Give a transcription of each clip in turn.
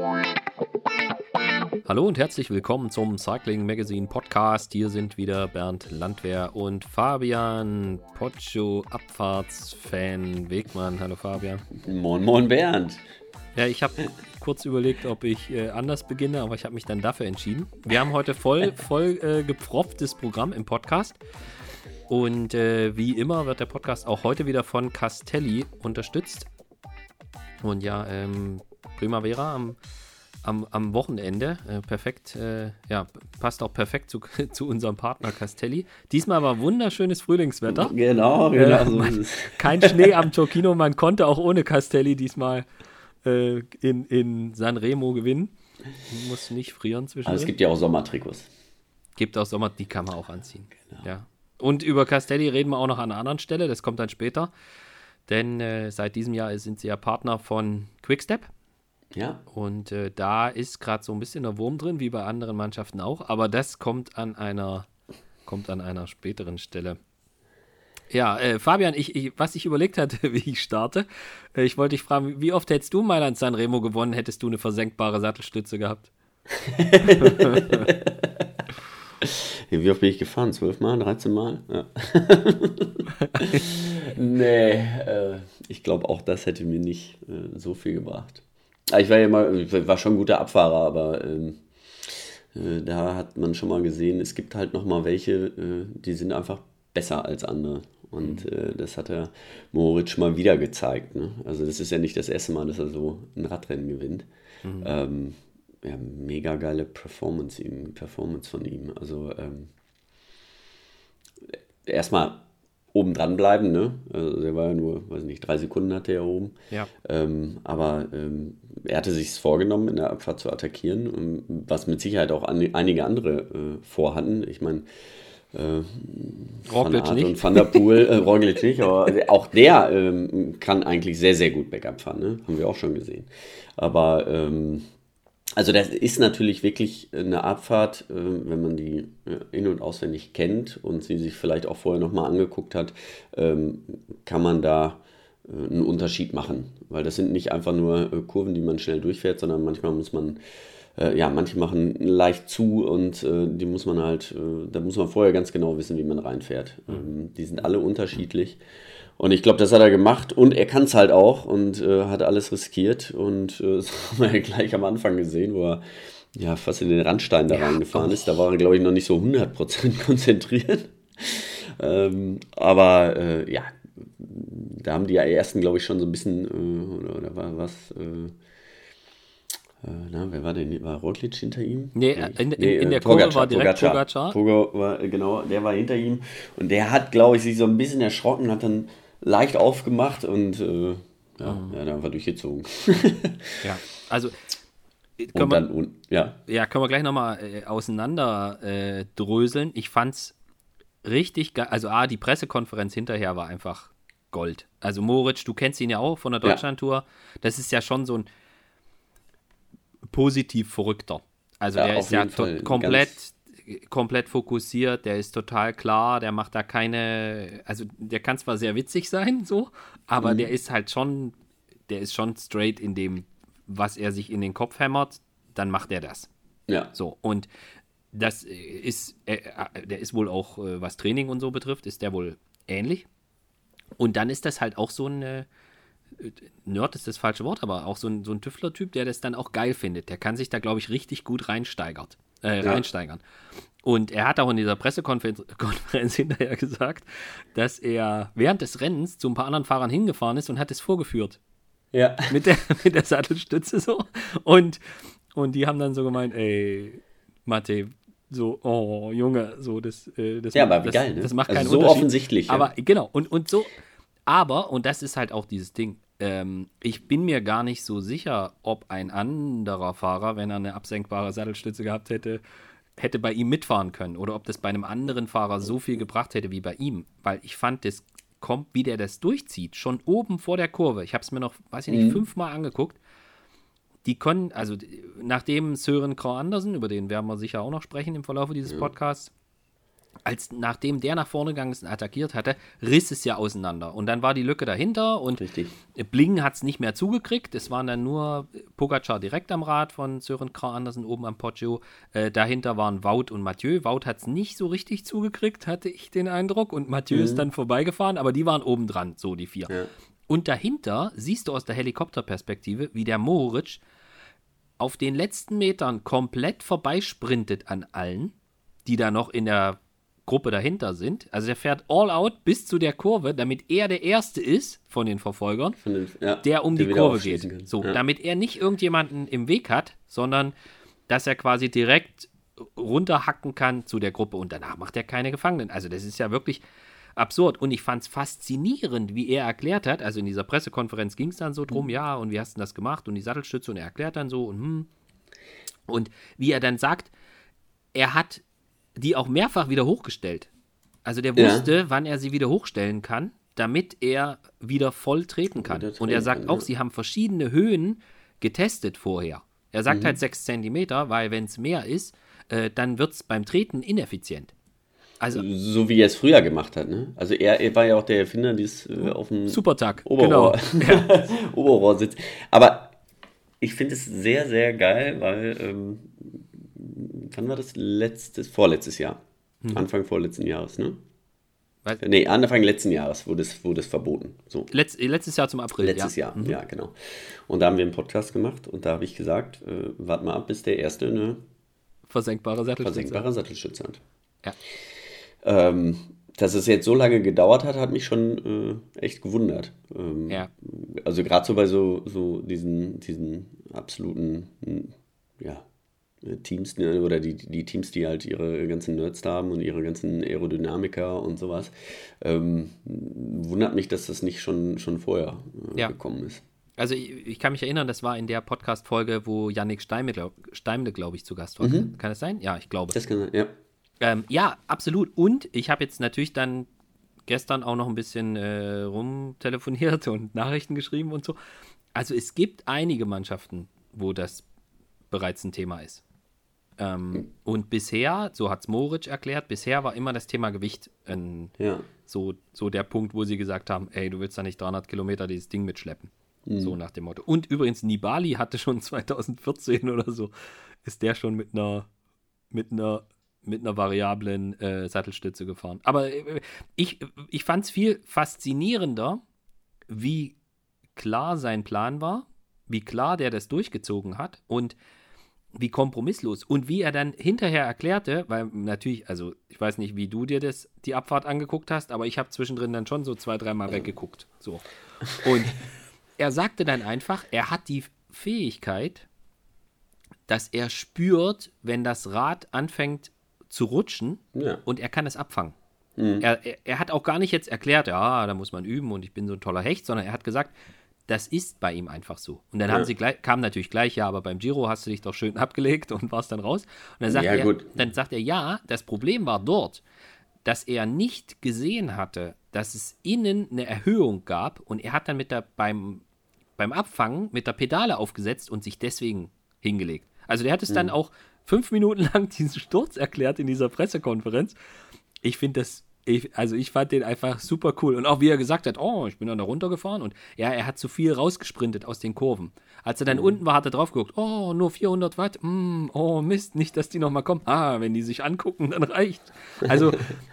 Hallo und herzlich willkommen zum Cycling Magazine Podcast. Hier sind wieder Bernd Landwehr und Fabian Poggio, Abfahrtsfan Wegmann. Hallo Fabian. Moin, moin Bernd. Ja, ich habe kurz überlegt, ob ich anders beginne, aber ich habe mich dann dafür entschieden. Wir haben heute voll gepfropftes Programm im Podcast. Und wie immer wird der Podcast auch heute wieder von Castelli unterstützt. Und ja, Primavera am Wochenende, perfekt, passt auch perfekt zu unserem Partner Castelli. Diesmal war wunderschönes Frühlingswetter. Genau. So ist es. Kein Schnee am Tocchino, man konnte auch ohne Castelli diesmal in Sanremo gewinnen. Man muss nicht frieren zwischendurch. Aber es gibt ja auch Sommertrikots. Gibt auch Sommer, die kann man auch anziehen. Genau. Ja. Und über Castelli reden wir auch noch an einer anderen Stelle, das kommt dann später. Denn seit diesem Jahr sind sie ja Partner von Quickstep. Ja. Und da ist gerade so ein bisschen der Wurm drin, wie bei anderen Mannschaften auch. Aber das kommt an einer späteren Stelle. Ja, Fabian, was ich überlegt hatte, wie ich starte, ich wollte dich fragen, wie oft hättest du Mailand Sanremo gewonnen, hättest du eine versenkbare Sattelstütze gehabt? Wie oft bin ich gefahren? 12 Mal? 13 Mal? Ja. Nee, ich glaube auch das hätte mir nicht so viel gebracht. Ich war schon ein guter Abfahrer, aber da hat man schon mal gesehen, es gibt halt noch mal welche, die sind einfach besser als andere. Und das hat der Mohoric mal wieder gezeigt. Ne? Also das ist ja nicht das erste Mal, dass er so ein Radrennen gewinnt. Mega geile Performance von ihm. Also erstmal oben dran bleiben, ne? Also der war ja nur, weiß nicht, 3 Sekunden hatte er oben. Ja. Aber er hatte sich vorgenommen, in der Abfahrt zu attackieren, was mit Sicherheit auch einige andere vorhatten. Ich meine, Roglic nicht. und Van der Poel, Roglic nicht, aber auch der kann eigentlich sehr, sehr gut Backup fahren, ne? Haben wir auch schon gesehen. Aber also das ist natürlich wirklich eine Abfahrt, wenn man die in- und auswendig kennt und sie sich vielleicht auch vorher nochmal angeguckt hat, kann man da einen Unterschied machen. Weil das sind nicht einfach nur Kurven, die man schnell durchfährt, sondern manchmal muss man, manche machen leicht zu und die muss man halt, da muss man vorher ganz genau wissen, wie man reinfährt. Die sind alle unterschiedlich. Und ich glaube, das hat er gemacht und er kann es halt auch und hat alles riskiert und das haben wir ja gleich am Anfang gesehen, wo er ja fast in den Randstein da reingefahren ist. Da war er, glaube ich, noch nicht so 100% konzentriert. Aber da haben die ersten, glaube ich, schon so ein bisschen, oder war was, wer war denn? War Roglic hinter ihm? Nee, in der Kurve war direkt Pogačar. Genau, der war hinter ihm und der hat, glaube ich, sich so ein bisschen erschrocken, hat dann leicht aufgemacht und dann einfach durchgezogen. Ja, also können wir gleich nochmal auseinander dröseln. Ich fand's richtig geil. Also die Pressekonferenz hinterher war einfach Gold. Also Mohoric, du kennst ihn ja auch von der Deutschlandtour. Das ist ja schon so ein positiv Verrückter. Also der ist ja komplett fokussiert, der ist total klar, der macht da also der kann zwar sehr witzig sein, so, aber der ist halt schon, straight in dem, was er sich in den Kopf hämmert, dann macht er das. Ja. So, und das ist, der ist wohl auch, was Training und so betrifft, ist der wohl ähnlich. Und dann ist das halt auch so ein Nerd ist das falsche Wort, aber auch so ein Tüftler-Typ, der das dann auch geil findet. Der kann sich da, glaube ich, richtig gut reinsteigern. Und er hat auch in dieser Pressekonferenz hinterher gesagt, dass er während des Rennens zu ein paar anderen Fahrern hingefahren ist und hat es vorgeführt. Ja. Mit der Sattelstütze so. Und die haben dann so gemeint, ey, Matej, so, oh, Junge, so, das aber wie geil, ne? Das macht also keinen so Unterschied. Offensichtlich. Aber genau, und so, und das ist halt auch dieses Ding, ich bin mir gar nicht so sicher, ob ein anderer Fahrer, wenn er eine absenkbare Sattelstütze gehabt hätte bei ihm mitfahren können oder ob das bei einem anderen Fahrer so viel gebracht hätte wie bei ihm, weil ich fand, das kommt, wie der das durchzieht, schon oben vor der Kurve. Ich habe es mir noch, 5-mal angeguckt. Die können, also nachdem Søren Kragh Andersen, über den werden wir sicher auch noch sprechen im Verlauf dieses Podcasts, nachdem der nach vorne gegangen ist und attackiert hatte, riss es ja auseinander. Und dann war die Lücke dahinter und Richtig. Bling hat es nicht mehr zugekriegt. Es waren dann nur Pogacar direkt am Rad von Søren Kragh Andersen oben am Poggio. Dahinter waren Wout und Mathieu. Wout hat es nicht so richtig zugekriegt, hatte ich den Eindruck. Und Mathieu ist dann vorbeigefahren, aber die waren oben dran, so die 4. Ja. Und dahinter siehst du aus der Helikopterperspektive, wie der Mohoric auf den letzten Metern komplett vorbeisprintet an allen, die da noch in der Gruppe dahinter sind. Also der fährt all out bis zu der Kurve, damit er der Erste ist von den Verfolgern, der um die Kurve geht. So, damit er nicht irgendjemanden im Weg hat, sondern dass er quasi direkt runterhacken kann zu der Gruppe und danach macht er keine Gefangenen. Also das ist ja wirklich absurd. Und ich fand es faszinierend, wie er erklärt hat, also in dieser Pressekonferenz ging es dann so drum, ja, und wie hast du das gemacht und die Sattelstütze und er erklärt dann so und wie er dann sagt, er hat die auch mehrfach wieder hochgestellt. Also der wusste, wann er sie wieder hochstellen kann, damit er wieder voll treten kann. Und er sagt auch, sie haben verschiedene Höhen getestet vorher. Er sagt halt 6 Zentimeter, weil wenn es mehr ist, dann wird es beim Treten ineffizient. Also, so wie er es früher gemacht hat, ne? Also er war ja auch der Erfinder dieses auf dem Supertag, Oberrohr, Oberrohr sitzt. Aber ich finde es sehr, sehr geil, weil wann war das? Vorletztes Jahr. Anfang vorletzten Jahres, ne? Was? Nee, Anfang letzten Jahres wurde es verboten. So. Letztes Jahr zum April, Letztes Jahr, ja, genau. Und da haben wir einen Podcast gemacht und da habe ich gesagt, warte mal ab, bis der Erste eine versenkbare Sattelstütze hat. Ja. Dass es jetzt so lange gedauert hat mich schon echt gewundert. Also gerade so bei so diesen absoluten Teams, ne, oder die Teams, die halt ihre ganzen Nerds da haben und ihre ganzen Aerodynamiker und sowas, wundert mich, dass das nicht schon vorher gekommen ist. Also ich kann mich erinnern, das war in der Podcast-Folge, wo Yannick Steimle, glaube ich, zu Gast war. Kann das sein? Ja, ich glaube. Das kann sein, ja. Ja, absolut. Und ich habe jetzt natürlich dann gestern auch noch ein bisschen rumtelefoniert und Nachrichten geschrieben und so. Also es gibt einige Mannschaften, wo das bereits ein Thema ist. Und bisher, so hat es Mohoric erklärt, bisher war immer das Thema Gewicht so der Punkt, wo sie gesagt haben, ey, du willst da nicht 300 Kilometer dieses Ding mitschleppen. So nach dem Motto. Und übrigens, Nibali hatte schon 2014 oder so, ist der schon mit einer variablen Sattelstütze gefahren. Aber ich fand es viel faszinierender, wie klar sein Plan war, wie klar der das durchgezogen hat und wie kompromisslos. Und wie er dann hinterher erklärte, weil natürlich, also ich weiß nicht, wie du dir die Abfahrt angeguckt hast, aber ich habe zwischendrin dann schon so 2-3 Mal weggeguckt. So. Und er sagte dann einfach, er hat die Fähigkeit, dass er spürt, wenn das Rad anfängt zu rutschen und er kann es abfangen. Er hat auch gar nicht jetzt erklärt, da muss man üben und ich bin so ein toller Hecht, sondern er hat gesagt, das ist bei ihm einfach so. Und dann kam natürlich gleich, aber beim Giro hast du dich doch schön abgelegt und warst dann raus. Und dann sagt er, das Problem war dort, dass er nicht gesehen hatte, dass es innen eine Erhöhung gab und er hat dann beim Abfangen mit der Pedale aufgesetzt und sich deswegen hingelegt. Also der hat es dann auch 5 Minuten lang diesen Sturz erklärt in dieser Pressekonferenz. Ich finde ich fand den einfach super cool. Und auch wie er gesagt hat, ich bin dann da runtergefahren und er hat zu viel rausgesprintet aus den Kurven. Als er dann unten war, hat er drauf geguckt, nur 400 Watt, Mist, nicht, dass die nochmal kommen. Wenn die sich angucken, dann reicht. Also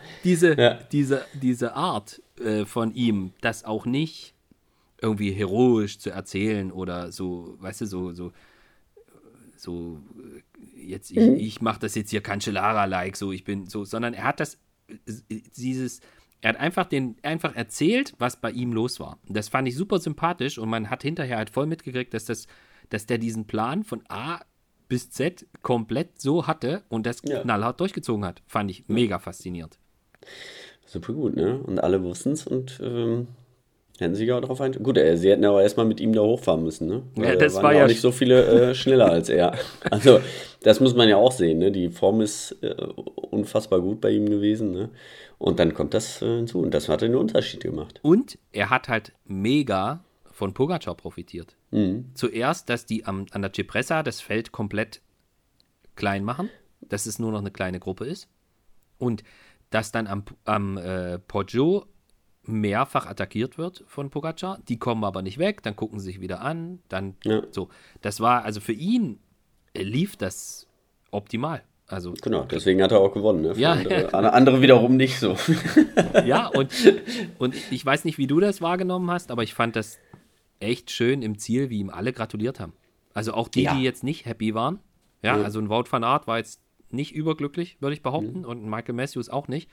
diese Art von ihm, das auch nicht irgendwie heroisch zu erzählen oder so, weißt du, so jetzt, ich mache das jetzt hier Cancellara-like, so, ich bin so, sondern er hat er hat einfach erzählt, was bei ihm los war. Und das fand ich super sympathisch und man hat hinterher halt voll mitgekriegt, dass der diesen Plan von A bis Z komplett so hatte und das knallhart durchgezogen hat. Fand ich mega faszinierend. Super gut, ne? Und alle wussten es und hätten sich auch darauf ein. Gut, sie hätten aber erstmal mit ihm da hochfahren müssen, ne? Weil das waren war ja auch nicht so viele schneller als er. Also, das muss man ja auch sehen, ne? Die Form ist unfassbar gut bei ihm gewesen, ne? Und dann kommt das hinzu und das hat den Unterschied gemacht. Und er hat halt mega von Pogacar profitiert. Zuerst, dass die an der Cipressa das Feld komplett klein machen, dass es nur noch eine kleine Gruppe ist. Und dass dann am Poggio mehrfach attackiert wird von Pogacar. Die kommen aber nicht weg, dann gucken sie sich wieder an, dann so. Das war, also für ihn lief das optimal. Also, genau, deswegen hat er auch gewonnen. Ne? Ja. Andere wiederum nicht so. Ja, und ich weiß nicht, wie du das wahrgenommen hast, aber ich fand das echt schön im Ziel, wie ihm alle gratuliert haben. Also auch die jetzt nicht happy waren. Ja, also ein Wout van Aert war jetzt nicht überglücklich, würde ich behaupten, und ein Michael Matthews auch nicht.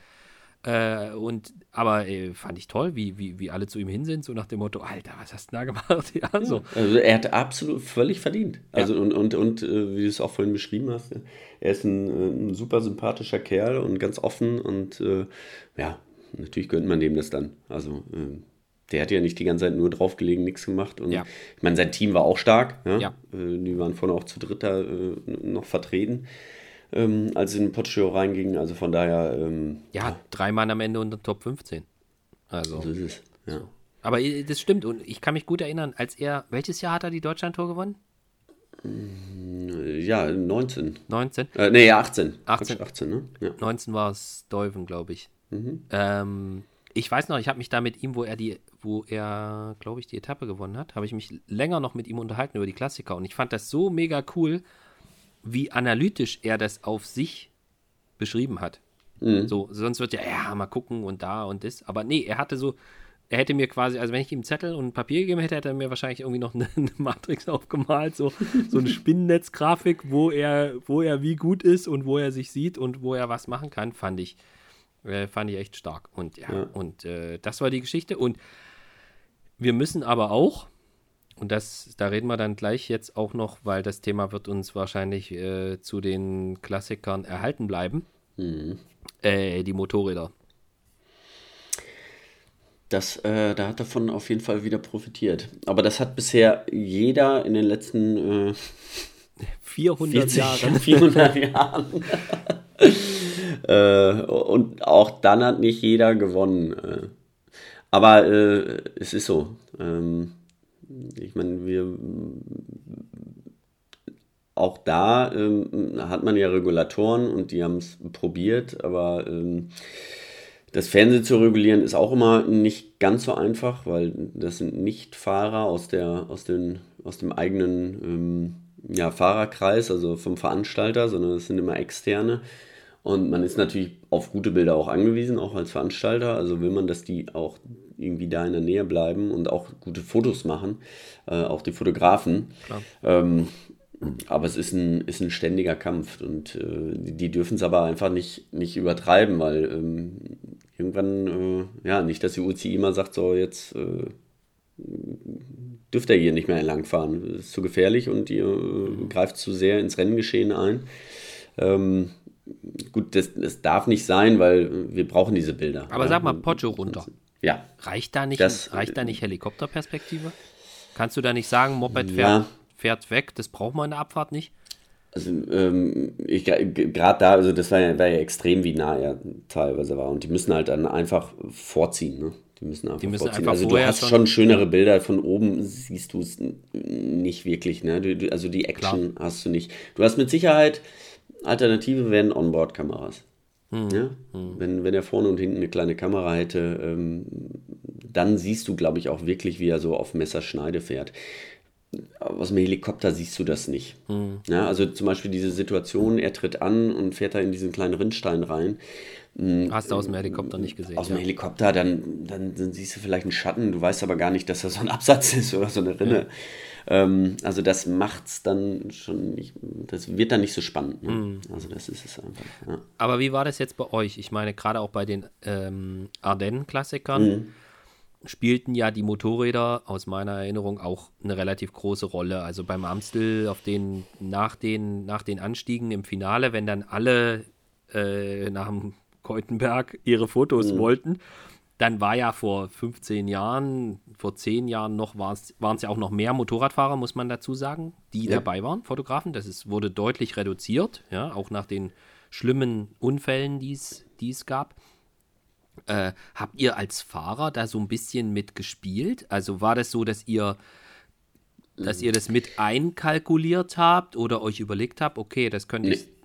Aber fand ich toll, wie alle zu ihm hin sind, so nach dem Motto, Alter, was hast du da gemacht? Ja, so. Also er hat absolut völlig verdient. Also und wie du es auch vorhin beschrieben hast, er ist ein super sympathischer Kerl und ganz offen und natürlich gönnt man dem das dann. Also der hat ja nicht die ganze Zeit nur draufgelegen, nichts gemacht. Und ich meine, sein Team war auch stark. Ja? Die waren vorne auch zu dritt da noch vertreten. Als sie in den Poggio reingingen, also von daher... 3 Mann am Ende unter Top 15. Also. So ist es, ja. So. Aber das stimmt und ich kann mich gut erinnern, welches Jahr hat er die Deutschlandtour gewonnen? Ja, 19. 19? 18. 18, ne? Ja. 19 war es Deuven, glaube ich. Ich weiß noch, ich habe mich da mit ihm, wo er, glaube ich, die Etappe gewonnen hat, habe ich mich länger noch mit ihm unterhalten über die Klassiker und ich fand das so mega cool, wie analytisch er das auf sich beschrieben hat. So, sonst wird mal gucken und da und das. Aber nee, er hätte mir quasi, also wenn ich ihm einen Zettel und ein Papier gegeben hätte, hätte er mir wahrscheinlich irgendwie noch eine Matrix aufgemalt, so eine Spinnennetzgrafik, wo er wie gut ist und wo er sich sieht und wo er was machen kann, fand ich echt stark. Und das war die Geschichte. Und wir müssen aber auch, und da reden wir dann gleich jetzt auch noch, weil das Thema wird uns wahrscheinlich zu den Klassikern erhalten bleiben. Die Motorräder. Da hat davon auf jeden Fall wieder profitiert. Aber das hat bisher jeder in den letzten 400 Jahren. Und auch dann hat nicht jeder gewonnen. Aber es ist so. Ich meine, auch da hat man ja Regulatoren und die haben es probiert, aber das Fernsehen zu regulieren ist auch immer nicht ganz so einfach, weil das sind nicht Fahrer aus dem eigenen Fahrerkreis, also vom Veranstalter, sondern das sind immer Externe. Und man ist natürlich auf gute Bilder auch angewiesen, auch als Veranstalter. Also will man, dass die auch irgendwie da in der Nähe bleiben und auch gute Fotos machen, auch die Fotografen. Aber es ist ein ständiger Kampf und die dürfen es aber einfach nicht übertreiben, weil irgendwann, nicht, dass die UCI immer sagt, so jetzt dürft ihr hier nicht mehr entlangfahren. Das ist zu gefährlich und ihr greift zu sehr ins Renngeschehen ein. Gut, das darf nicht sein, weil wir brauchen diese Bilder. Aber sag mal, Poggio runter. Ja. Reicht da nicht Helikopterperspektive? Kannst du da nicht sagen, Moped fährt weg, das braucht man in der Abfahrt nicht? Also gerade da, also das war ja extrem, wie nah er teilweise war. Und die müssen halt dann einfach vorziehen, ne? Die müssen vorziehen. Also du hast schon schönere Bilder, von oben siehst du es nicht wirklich, ne? Also die Action hast du nicht. Du hast mit Sicherheit, Alternative wären Onboard-Kameras. Ja? Wenn er vorne und hinten eine kleine Kamera hätte, dann siehst du, glaube ich, auch wirklich, wie er so auf Messerschneide fährt. Aus dem Helikopter siehst du das nicht. Ja, also zum Beispiel diese Situation, er tritt an und fährt da in diesen kleinen Rinnstein rein. Hast du aus dem Helikopter nicht gesehen? Aus dem Helikopter, dann siehst du vielleicht einen Schatten, du weißt aber gar nicht, dass das so ein Absatz ist oder so eine Rinne. Ja. Also das macht's dann schon nicht, das wird dann nicht so spannend. Ne? Also das ist es einfach. Ja. Aber wie war das jetzt bei euch? Ich meine, gerade auch bei den Ardennen-Klassikern spielten ja die Motorräder aus meiner Erinnerung auch eine relativ große Rolle. Also beim Amstel nach den Anstiegen im Finale, wenn dann alle nach dem Keutenberg ihre Fotos wollten, dann war ja vor 10 Jahren noch, waren es ja auch noch mehr Motorradfahrer, muss man dazu sagen, die dabei waren, Fotografen. Wurde deutlich reduziert, ja, auch nach den schlimmen Unfällen, die es gab. Habt ihr als Fahrer da so ein bisschen mitgespielt? Also war das so, dass ihr das mit einkalkuliert habt oder euch überlegt habt, okay, das könnte ich...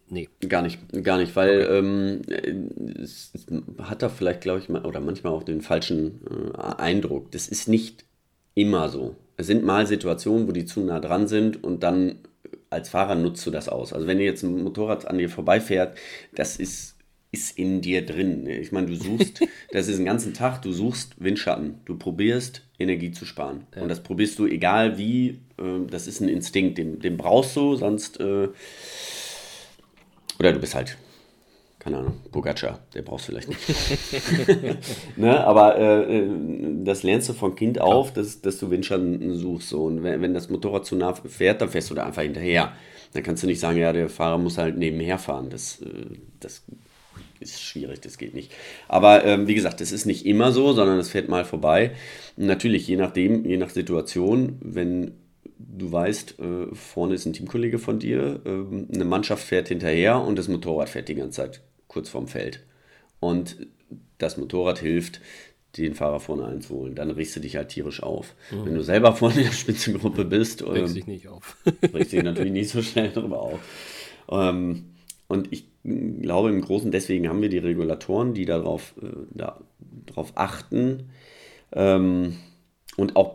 Nee. Gar nicht, weil es hat da vielleicht, glaube ich, oder manchmal auch den falschen Eindruck. Das ist nicht immer so. Es sind mal Situationen, wo die zu nah dran sind und dann als Fahrer nutzt du das aus. Also wenn dir jetzt ein Motorrad an dir vorbeifährt, das ist in dir drin. Ich meine, das ist den ganzen Tag, du suchst Windschatten. Du probierst Energie zu sparen. Und das probierst du egal wie, das ist ein Instinkt, den brauchst du, sonst, oder du bist halt, keine Ahnung, Pogacar, der brauchst du vielleicht nicht. Ne? Aber das lernst du von Kind auf, dass du Windschatten suchst. So. Und wenn das Motorrad zu nah fährt, dann fährst du da einfach hinterher. Dann kannst du nicht sagen, ja, der Fahrer muss halt nebenher fahren. Das ist schwierig, das geht nicht. Aber wie gesagt, das ist nicht immer so, sondern es fährt mal vorbei. Und natürlich, je nach Situation, wenn du weißt, vorne ist ein Teamkollege von dir, eine Mannschaft fährt hinterher und das Motorrad fährt die ganze Zeit kurz vorm Feld. Und das Motorrad hilft, den Fahrer vorne einzuholen. Dann riechst du dich halt tierisch auf. Wenn du selber vorne in der Spitzengruppe bist, Regst dich nicht auf. regst dich natürlich nicht so schnell drüber auf. Und ich glaube im Großen, deswegen haben wir die Regulatoren, die darauf achten. Und auch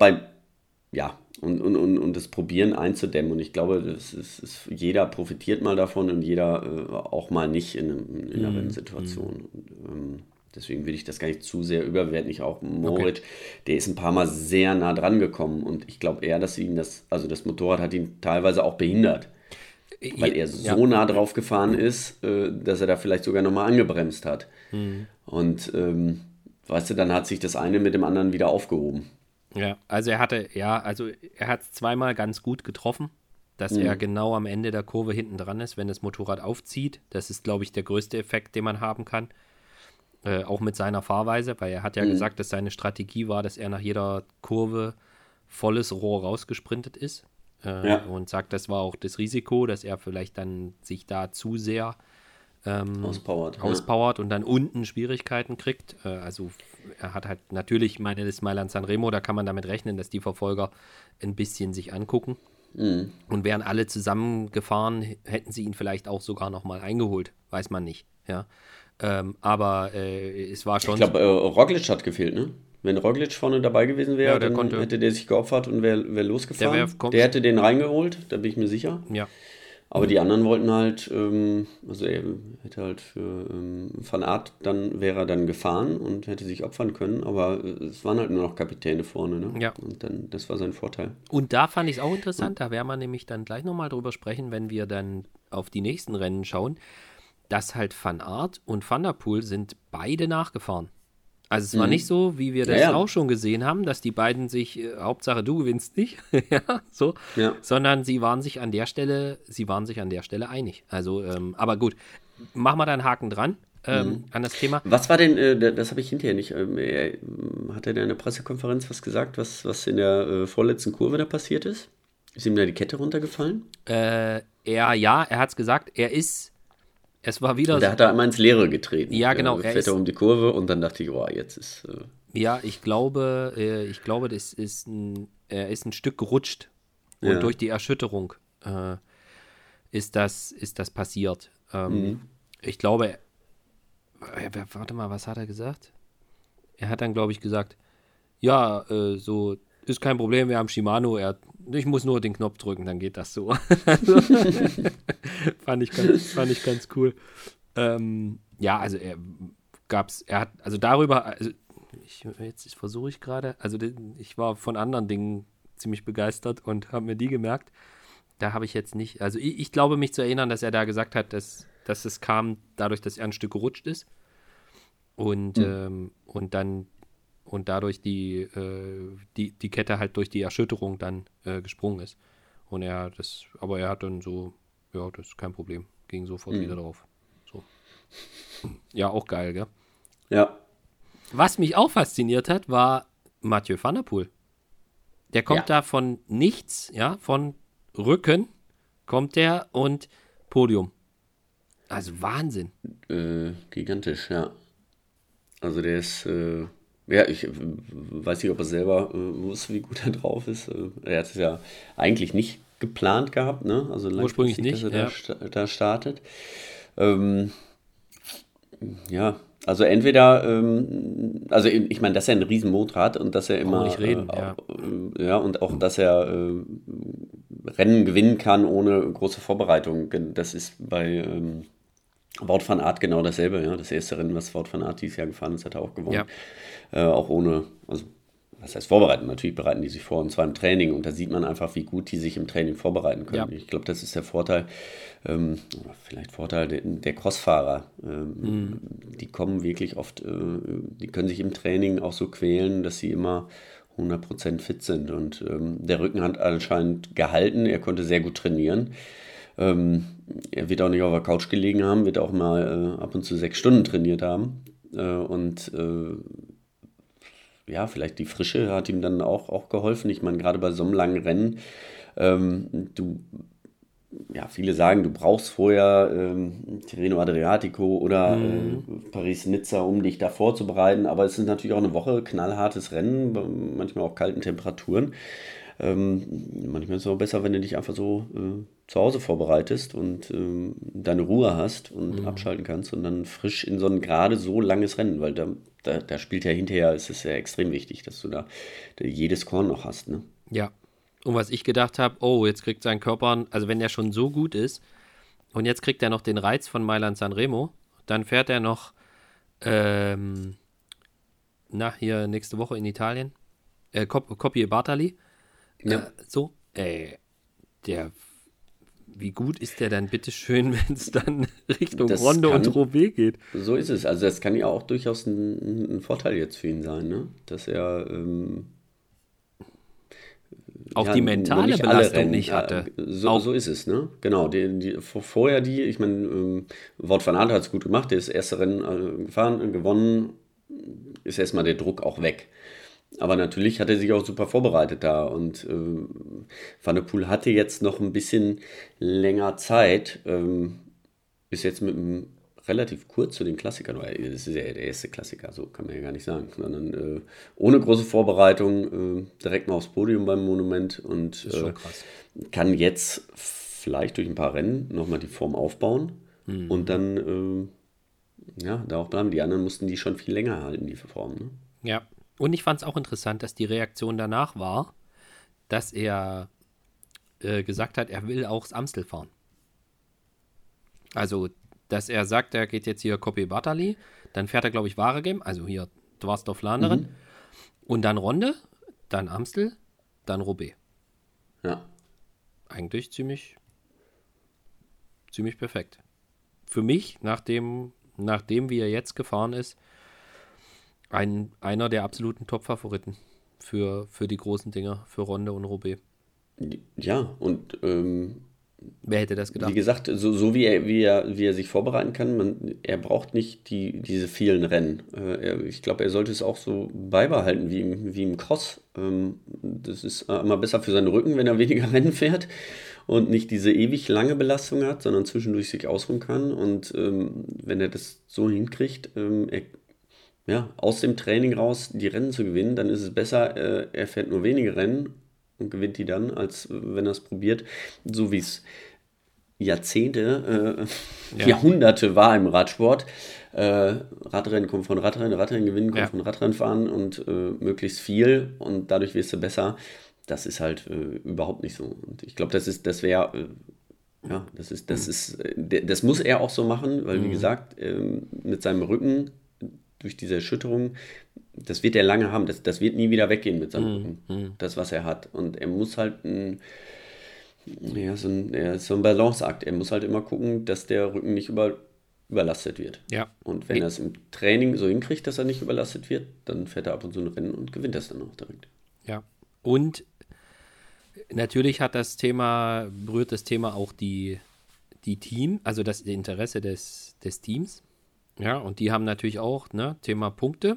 und das Probieren einzudämmen. Und ich glaube, jeder profitiert mal davon und jeder auch mal nicht in einer Rennsituation. Deswegen will ich das gar nicht zu sehr überwerten. Auch Moritz, der ist ein paar Mal sehr nah dran gekommen. Und ich glaube eher, dass das Motorrad hat ihn teilweise auch behindert. Weil er so nah drauf gefahren ist, dass er da vielleicht sogar nochmal angebremst hat. Und weißt du, dann hat sich das eine mit dem anderen wieder aufgehoben. Ja, also er hat es zweimal ganz gut getroffen, dass er genau am Ende der Kurve hinten dran ist, wenn das Motorrad aufzieht. Das ist, glaube ich, der größte Effekt, den man haben kann. Auch mit seiner Fahrweise, weil er hat ja gesagt, dass seine Strategie war, dass er nach jeder Kurve volles Rohr rausgesprintet ist. Und sagt, das war auch das Risiko, dass er vielleicht dann sich da zu sehr auspowert und dann unten Schwierigkeiten kriegt. Also er hat halt natürlich, meine das Mailand Sanremo, da kann man damit rechnen, dass die Verfolger ein bisschen sich angucken. Und wären alle zusammengefahren, hätten sie ihn vielleicht auch sogar nochmal eingeholt. Weiß man nicht. Ja. Aber es war schon. Ich glaube, Roglic hat gefehlt, ne? Wenn Roglic vorne dabei gewesen wäre, dann hätte der sich geopfert und wäre losgefahren. Der hätte den reingeholt, da bin ich mir sicher. Ja. Aber die anderen wollten halt, also er hätte halt für Van Aert, dann wäre er dann gefahren und hätte sich opfern können, aber es waren halt nur noch Kapitäne vorne, ne? Ja. Und dann, das war sein Vorteil. Und da fand ich es auch interessant, da werden wir nämlich dann gleich nochmal drüber sprechen, wenn wir dann auf die nächsten Rennen schauen, dass halt Van Aert und Van der Poel sind beide nachgefahren. Also es war nicht so, wie wir das auch schon gesehen haben, dass die beiden sich, Hauptsache du gewinnst nicht, sondern sie waren sich an der Stelle einig. Also, aber gut, machen wir da einen Haken dran an das Thema. Was war denn, das habe ich hinterher nicht, hat er in der Pressekonferenz was gesagt, was in der vorletzten Kurve da passiert ist? Ist ihm da die Kette runtergefallen? Er hat es gesagt, es war wieder und der hat da einmal ins Leere getreten. Ja, genau. Er fährt um die Kurve und dann dachte ich, jetzt ist... Ja, ich glaube, er ist ein Stück gerutscht und durch die Erschütterung ist das passiert. Ich glaube, warte mal, was hat er gesagt? Er hat dann, glaube ich, gesagt, so ist kein Problem, wir haben Shimano, ich muss nur den Knopf drücken, dann geht das so. fand ich ganz cool. Jetzt versuche ich gerade, ich war von anderen Dingen ziemlich begeistert und habe mir die gemerkt. Da habe ich jetzt nicht, also ich glaube mich zu erinnern, dass er da gesagt hat, dass es kam dadurch, dass er ein Stück gerutscht ist und dadurch die Kette halt durch die Erschütterung dann gesprungen ist. Und er hat dann so, das ist kein Problem, ging sofort wieder drauf. So. Ja, auch geil, gell? Ja. Was mich auch fasziniert hat, war Mathieu van der Poel. Der kommt da von nichts, von Rücken kommt der und Podium. Also Wahnsinn. Gigantisch, ja. Also der ist, ich weiß nicht, ob er selber wusste, wie gut er drauf ist. Er hat es ja eigentlich nicht geplant gehabt, ne? Also Ursprünglich langfristig, nicht, dass er da startet. Ja, also entweder, also ich meine, dass er einen riesen Motor hat und dass er Brauchen wir immer, nicht reden, ja. ja, und auch, dass er Rennen gewinnen kann ohne große Vorbereitung. Das ist bei Wout van Aert genau dasselbe, ja. Das erste Rennen, was Wout van Aert dieses Jahr gefahren ist, hat er auch gewonnen. Ja, Auch ohne, also was heißt vorbereiten? Natürlich bereiten die sich vor, und zwar im Training. Und da sieht man einfach, wie gut die sich im Training vorbereiten ja. können. Ich glaube, das ist der Vorteil, oder vielleicht Vorteil der Crossfahrer. Die kommen wirklich oft, die können sich im Training auch so quälen, dass sie immer 100% fit sind. Und der Rücken hat anscheinend gehalten, er konnte sehr gut trainieren. Er wird auch nicht auf der Couch gelegen haben, wird auch mal ab und zu 6 Stunden trainiert haben. Und ja, vielleicht die Frische hat ihm dann auch geholfen. Ich meine, gerade bei so einem langen Rennen, ja, viele sagen, du brauchst vorher Tirreno Adriatico oder Paris-Nizza, um dich da vorzubereiten. Aber es ist natürlich auch eine Woche knallhartes Rennen, bei manchmal auch kalten Temperaturen. Manchmal ist es auch besser, wenn du dich einfach so zu Hause vorbereitest und deine Ruhe hast und abschalten kannst und dann frisch in so ein gerade so langes Rennen, weil da spielt ja hinterher, ist es ja extrem wichtig, dass du da jedes Korn noch hast, ne? Ja. Und was ich gedacht habe, oh, jetzt kriegt sein Körper, also wenn der schon so gut ist und jetzt kriegt er noch den Reiz von Mailand Sanremo, dann fährt er noch, hier nächste Woche in Italien, Coppi e Bartali, Ja. wie gut ist der dann bitteschön, wenn es dann Richtung Das Ronde und kann, Roubaix geht? so ist es. Also das kann ja auch durchaus ein Vorteil jetzt für ihn sein, ne? Dass er Auch ja, die noch mentale nicht alle Belastung Rennen, nicht hatte. so, Auch, so ist es, ne? Genau, vorher ich meine, Wout van Aert hat es gut gemacht, der ist das erste Rennen gefahren, gewonnen, ist erstmal der Druck auch weg. Aber natürlich hat er sich auch super vorbereitet da und Van der Poel hatte jetzt noch ein bisschen länger Zeit, ist jetzt mit einem relativ kurz zu den Klassikern, weil das ist ja der erste Klassiker, so kann man ja gar nicht sagen, sondern ohne große Vorbereitung direkt mal aufs Podium beim Monument und ist schon krass. kann jetzt vielleicht durch ein paar Rennen nochmal die Form aufbauen und dann ja, da auch bleiben. Die anderen mussten die schon viel länger halten, die Form, ne? Ja. Und ich fand es auch interessant, dass die Reaktion danach war, dass er gesagt hat, er will auch das Amstel fahren. Also, dass er sagt, er geht jetzt hier Coppi Bartali, dann fährt er, glaube ich, Waregem, also hier Dwars-Vlaanderen, und dann Ronde, dann Amstel, dann Roubaix. Ja. Eigentlich ziemlich perfekt. Für mich, nachdem wie er jetzt gefahren ist, einer der absoluten Top-Favoriten für die großen Dinger, für Ronde und Roubaix. Ja, und Wer hätte das wie gedacht? gesagt, so wie er sich vorbereiten kann, er braucht nicht diese vielen Rennen. Ich glaube, er sollte es auch so beibehalten wie im Cross. Das ist immer besser für seinen Rücken, wenn er weniger Rennen fährt und nicht diese ewig lange Belastung hat, sondern zwischendurch sich ausruhen kann. Und wenn er das so hinkriegt, aus dem Training raus die Rennen zu gewinnen, dann ist es besser, er fährt nur wenige Rennen und gewinnt die dann, als wenn er es probiert, so wie es Jahrzehnte, Jahrhunderte war im Radsport. Radrennen kommt von Radrennen, Radrennen gewinnen kommt von Radrennen fahren und möglichst viel und dadurch wirst du besser. Das ist halt überhaupt nicht so. Und ich glaube, das muss er auch so machen, weil wie gesagt, mit seinem Rücken durch diese Erschütterung, das wird er lange haben. Das wird nie wieder weggehen mit seinem Rücken. Das, was er hat. Und er muss halt so ein Balanceakt. Er muss halt immer gucken, dass der Rücken nicht überlastet wird. Ja. Und wenn er es im Training so hinkriegt, dass er nicht überlastet wird, dann fährt er ab und zu ein Rennen und gewinnt das dann auch direkt. Ja. Und natürlich berührt das Thema auch die also das Interesse des Teams. Ja, und die haben natürlich auch, Thema Punkte.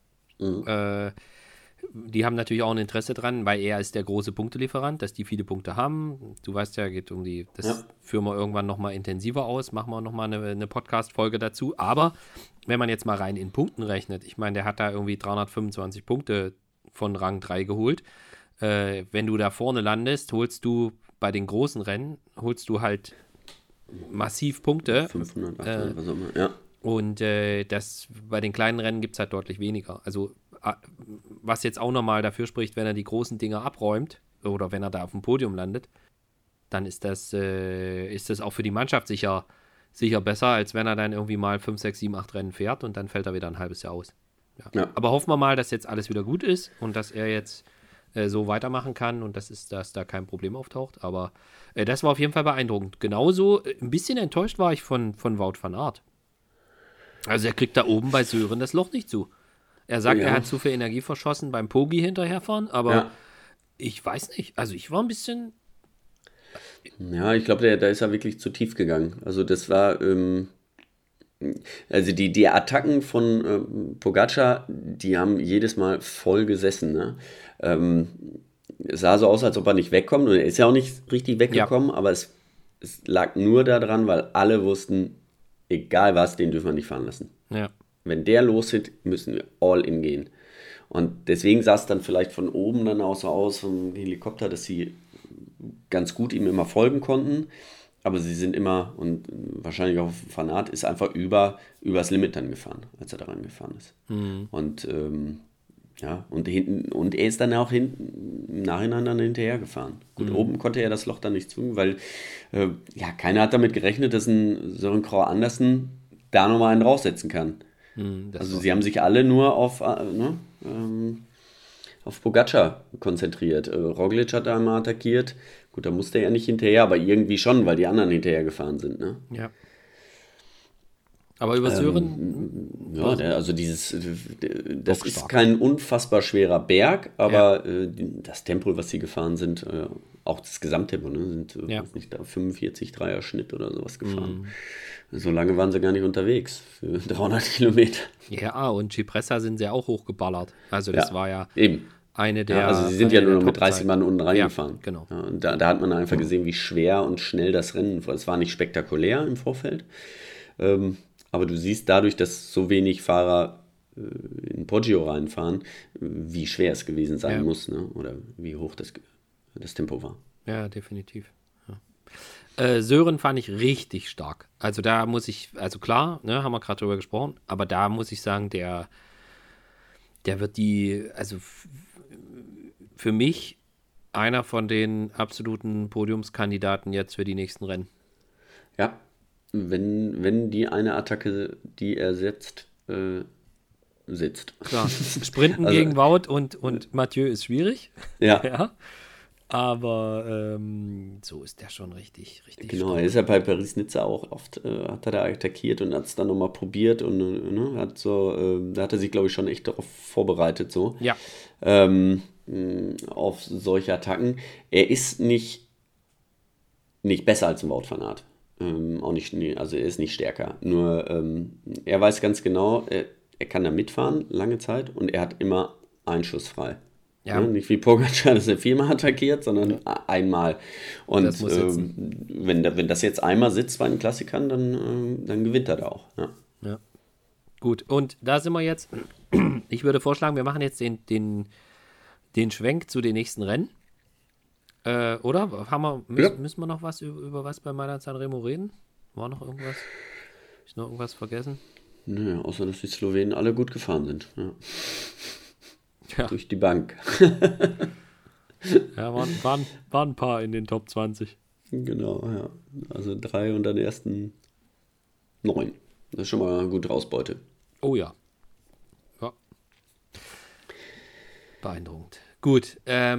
Die haben natürlich auch ein Interesse dran, weil er ist der große Punktelieferant, dass die viele Punkte haben. Du weißt ja, geht das führen wir irgendwann nochmal intensiver aus, machen wir nochmal eine Podcast-Folge dazu. Aber wenn man jetzt mal rein in Punkten rechnet, ich meine, der hat da irgendwie 325 Punkte von Rang 3 geholt. Wenn du da vorne landest, holst du bei den großen Rennen holst du halt massiv Punkte. 500, 800, was auch immer, ja. Und das bei den kleinen Rennen gibt es halt deutlich weniger. Also was jetzt auch nochmal dafür spricht, wenn er die großen Dinger abräumt oder wenn er da auf dem Podium landet, dann ist das auch für die Mannschaft sicher besser, als wenn er dann irgendwie mal 5, 6, 7, 8 Rennen fährt und dann fällt er wieder ein halbes Jahr aus. Ja. Aber hoffen wir mal, dass jetzt alles wieder gut ist und dass er jetzt so weitermachen kann und dass da kein Problem auftaucht. Aber das war auf jeden Fall beeindruckend. Genauso ein bisschen enttäuscht war ich von Wout van Aert. Also er kriegt da oben bei Sören das Loch nicht zu. Er sagt, er hat zu viel Energie verschossen beim Pogi hinterherfahren, aber ich weiß nicht. Also ich war ein bisschen... Ja, ich glaube, da ist er wirklich zu tief gegangen. Also das war... Also die Attacken von Pogacar, die haben jedes Mal voll gesessen. Ne? Es sah so aus, als ob er nicht wegkommt. Und er ist ja auch nicht richtig weggekommen, aber es lag nur daran, weil alle wussten, egal was, den dürfen wir nicht fahren lassen. Ja. Wenn der loshit, müssen wir all in gehen. Und deswegen sah es dann vielleicht von oben dann auch so aus, vom Helikopter, dass sie ganz gut ihm immer folgen konnten. Aber sie sind immer, und wahrscheinlich auch Van Aert, ist einfach übers Limit dann gefahren, als er daran gefahren ist. Mhm. Und und er ist dann auch im Nachhinein dann hinterher gefahren. Gut, oben konnte er das Loch dann nicht zu, weil keiner hat damit gerechnet, dass ein Søren Kragh Andersen da nochmal einen draufsetzen kann. Also sie haben sich alle nur auf Pogacar konzentriert. Roglic hat da mal attackiert. Gut, da musste er ja nicht hinterher, aber irgendwie schon, weil die anderen hinterher gefahren sind. Ne? Ja. Aber über Sören... das ist kein unfassbar schwerer Berg, aber das Tempo, was sie gefahren sind, auch das Gesamttempo, ne, sind nicht da 45 Dreier-Schnitt oder sowas gefahren. So lange waren sie gar nicht unterwegs, für 300 Kilometer. Ja, und Cipressa sind sie auch hochgeballert. Also das war ja eben eine der... also sie sind ja nur noch mit 30 Mann unten reingefahren. Ja, genau. Ja, und da hat man einfach gesehen, wie schwer und schnell das Rennen war. Es war nicht spektakulär im Vorfeld, aber du siehst dadurch, dass so wenig Fahrer in Poggio reinfahren, wie schwer es gewesen sein muss, ne? Oder wie hoch das Tempo war. Ja, definitiv. Ja. Sören fand ich richtig stark. Also da muss ich, also klar, ne, haben wir gerade drüber gesprochen, aber da muss ich sagen, der wird also für mich einer von den absoluten Podiumskandidaten jetzt für die nächsten Rennen. Ja, wenn die eine Attacke, die er setzt, sitzt. Klar, Sprinten also, gegen Wout und Mathieu ist schwierig. Ja. Aber so ist der schon richtig genau, stark. Er ist ja bei Paris-Nizza auch oft, hat er da attackiert und hat es dann nochmal probiert und da hat er sich, glaube ich, schon echt darauf vorbereitet, so. Ja. Auf solche Attacken. Er ist nicht besser als ein Wout van Aert. Auch nicht, also er ist nicht stärker. Nur er weiß ganz genau, er kann da mitfahren, lange Zeit, und er hat immer einen Schuss frei. Ja. Ja, nicht wie Pogacar, dass er 4-mal attackiert, sondern einmal. Und wenn das jetzt einmal sitzt bei den Klassikern, dann gewinnt er da auch. Ja. Gut, und da sind wir jetzt. Ich würde vorschlagen, wir machen jetzt den Schwenk zu den nächsten Rennen. Oder? Müssen wir noch was über was bei Mailand Sanremo reden? War noch irgendwas? Habe ich noch irgendwas vergessen? Nö, außer dass die Slowenen alle gut gefahren sind. Ja. Durch die Bank. Ja, waren ein paar in den Top 20. Genau, ja. Also 3 und dann ersten 9. Das ist schon mal eine gute Ausbeute. Oh ja. Beeindruckend. Gut,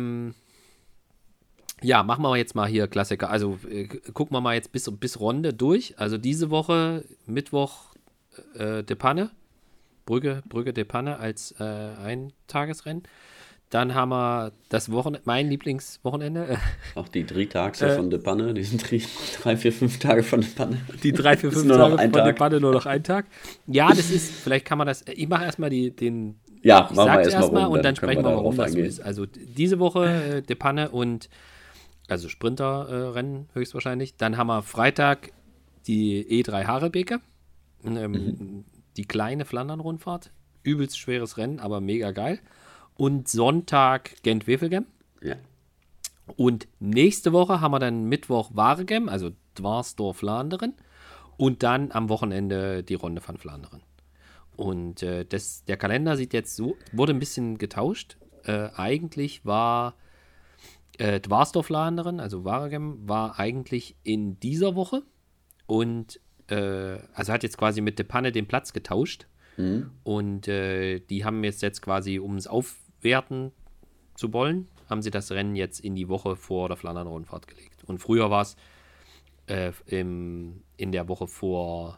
ja, machen wir jetzt mal hier Klassiker. Also gucken wir mal jetzt bis Ronde durch. Also diese Woche, Mittwoch, De Panne. Brügge De Panne als Eintagesrennen. Dann haben wir mein Lieblingswochenende. Auch die 3 Tage von De Panne, die sind 3, 4, 5 Tage von De Panne. Die 3, 4, 5 Tage von De Panne, nur noch ein Tag. Ja, das ist, vielleicht kann man das, ich mache erstmal den... Ja, ich machen wir erstmal und dann sprechen wir mal, warum das so ist. Also diese Woche De Panne und also Sprinterrennen höchstwahrscheinlich. Dann haben wir Freitag die E3 Harebeke, die kleine Flandern-Rundfahrt. Übelst schweres Rennen, aber mega geil. Und Sonntag Gent-Wevelgem. Ja. Und nächste Woche haben wir dann Mittwoch Waregem, also Dwarsdorf-Vlaanderen. Und dann am Wochenende die Ronde van Vlaanderen. Und der Kalender sieht jetzt so, wurde ein bisschen getauscht. Eigentlich war Dwarsdorf-Vlaanderen, also Waregem, war eigentlich in dieser Woche. Und also hat jetzt quasi mit De Panne den Platz getauscht. Und die haben jetzt quasi, um es aufwerten zu wollen, haben sie das Rennen jetzt in die Woche vor der Flandern-Rundfahrt gelegt. Und früher war es in der Woche vor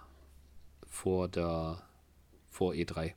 E3.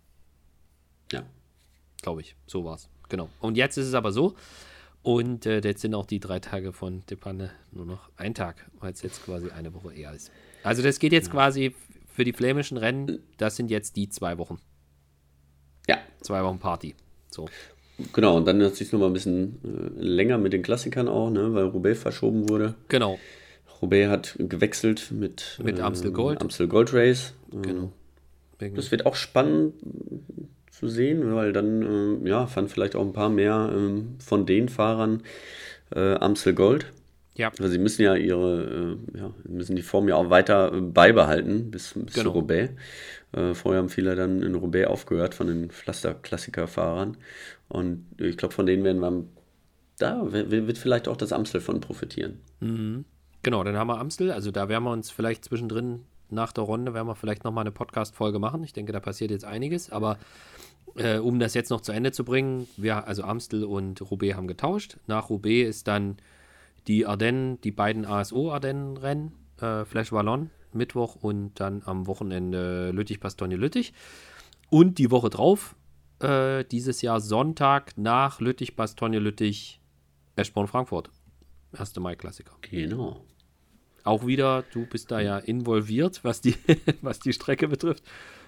Ja. Glaube ich, so war es. Genau. Und jetzt ist es aber so. Und jetzt sind auch die 3 Tage von De Panne nur noch ein Tag, weil es jetzt quasi eine Woche eher ist. Also das geht jetzt quasi für die flämischen Rennen, das sind jetzt die 2 Wochen. Ja. 2 Wochen Party. So. Genau, und dann hat es sich nochmal ein bisschen länger mit den Klassikern auch, ne, weil Roubaix verschoben wurde. Genau. Roubaix hat gewechselt mit Amstel Gold. Amstel Gold Race. Genau. Das wird auch spannend zu sehen, weil dann fahren vielleicht auch ein paar mehr von den Fahrern Amstel Gold. Ja. Weil sie müssen ja müssen die Form ja auch weiter beibehalten bis zu Roubaix. Vorher haben viele dann in Roubaix aufgehört von den Pflaster-Klassiker-Fahrern. Und ich glaube, von denen wird vielleicht auch das Amstel von profitieren. Mhm. Genau, dann haben wir Amstel. Also da werden wir uns vielleicht zwischendrin nach der Runde, werden wir vielleicht nochmal eine Podcast-Folge machen. Ich denke, da passiert jetzt einiges. Aber um das jetzt noch zu Ende zu bringen, also Amstel und Roubaix haben getauscht. Nach Roubaix ist dann die Ardennen, die beiden ASO-Ardennen-Rennen, Flèche Wallonne, Mittwoch und dann am Wochenende Lüttich-Bastogne-Lüttich. Und die Woche drauf, dieses Jahr Sonntag nach Lüttich-Bastogne-Lüttich, Eschborn-Frankfurt. 1. Mai-Klassiker. Genau. Auch wieder, du bist da ja involviert, was die Strecke betrifft.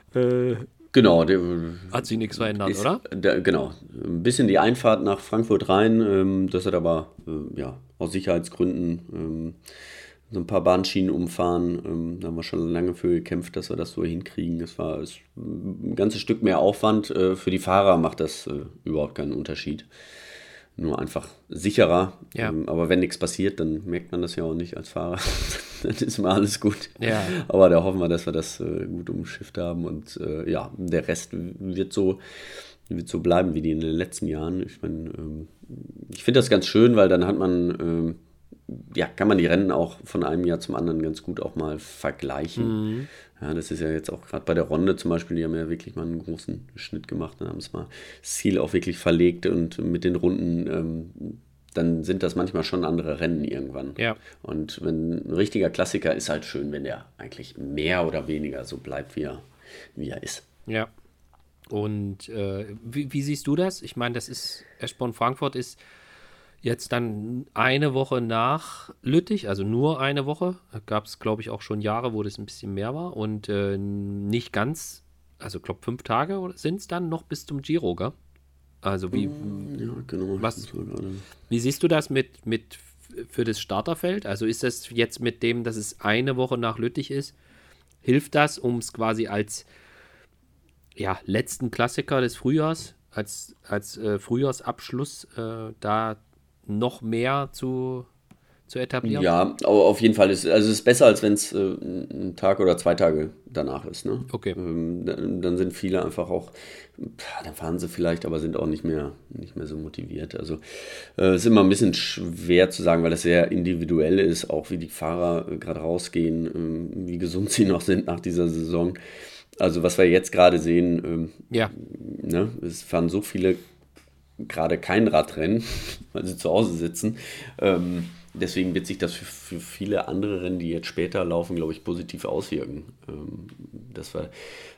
Genau. Hat sich nichts verändert, oder? Genau. Ein bisschen die Einfahrt nach Frankfurt rein. Das hat aber aus Sicherheitsgründen so ein paar Bahnschienen umfahren. Da haben wir schon lange für gekämpft, dass wir das so hinkriegen. Das war ein ganzes Stück mehr Aufwand. Für die Fahrer macht das überhaupt keinen Unterschied. Nur einfach sicherer. Ja. Aber wenn nichts passiert, dann merkt man das ja auch nicht als Fahrer. Dann ist mal alles gut. Ja. Aber da hoffen wir, dass wir das gut umschifft haben. Und der Rest wird so bleiben wie die in den letzten Jahren. Ich meine, ich finde das ganz schön, weil dann hat man, kann man die Rennen auch von einem Jahr zum anderen ganz gut auch mal vergleichen. Mhm. Ja, das ist ja jetzt auch gerade bei der Ronde zum Beispiel, die haben ja wirklich mal einen großen Schnitt gemacht und haben es mal das Ziel auch wirklich verlegt und mit den Runden, dann sind das manchmal schon andere Rennen irgendwann. Ja. Und wenn ein richtiger Klassiker ist halt schön, wenn der eigentlich mehr oder weniger so bleibt, wie er ist. Ja. Und wie siehst du das? Ich meine, das ist, Eschborn-Frankfurt ist jetzt dann eine Woche nach Lüttich, also nur eine Woche. Gab es, glaube ich, auch schon Jahre, wo das ein bisschen mehr war. Und nicht ganz, also ich glaube 5 Tage sind es dann noch bis zum Giro, gell? Also wie, genau. Wie siehst du das für das Starterfeld? Also ist das jetzt mit dem, dass es eine Woche nach Lüttich ist, hilft das, um es quasi als letzten Klassiker des Frühjahrs, als Frühjahrsabschluss da noch mehr zu etablieren? Ja, auf jeden Fall. Es ist besser, als wenn es ein Tag oder 2 Tage danach ist. Ne? Okay. Dann sind viele einfach auch, dann fahren sie vielleicht, aber sind auch nicht mehr so motiviert. Also es ist immer ein bisschen schwer zu sagen, weil das sehr individuell ist, auch wie die Fahrer gerade rausgehen, wie gesund sie noch sind nach dieser Saison. Also was wir jetzt gerade sehen, es fahren so viele gerade kein Radrennen, weil sie zu Hause sitzen. Deswegen wird sich das für viele andere Rennen, die jetzt später laufen, glaube ich, positiv auswirken. Dass wir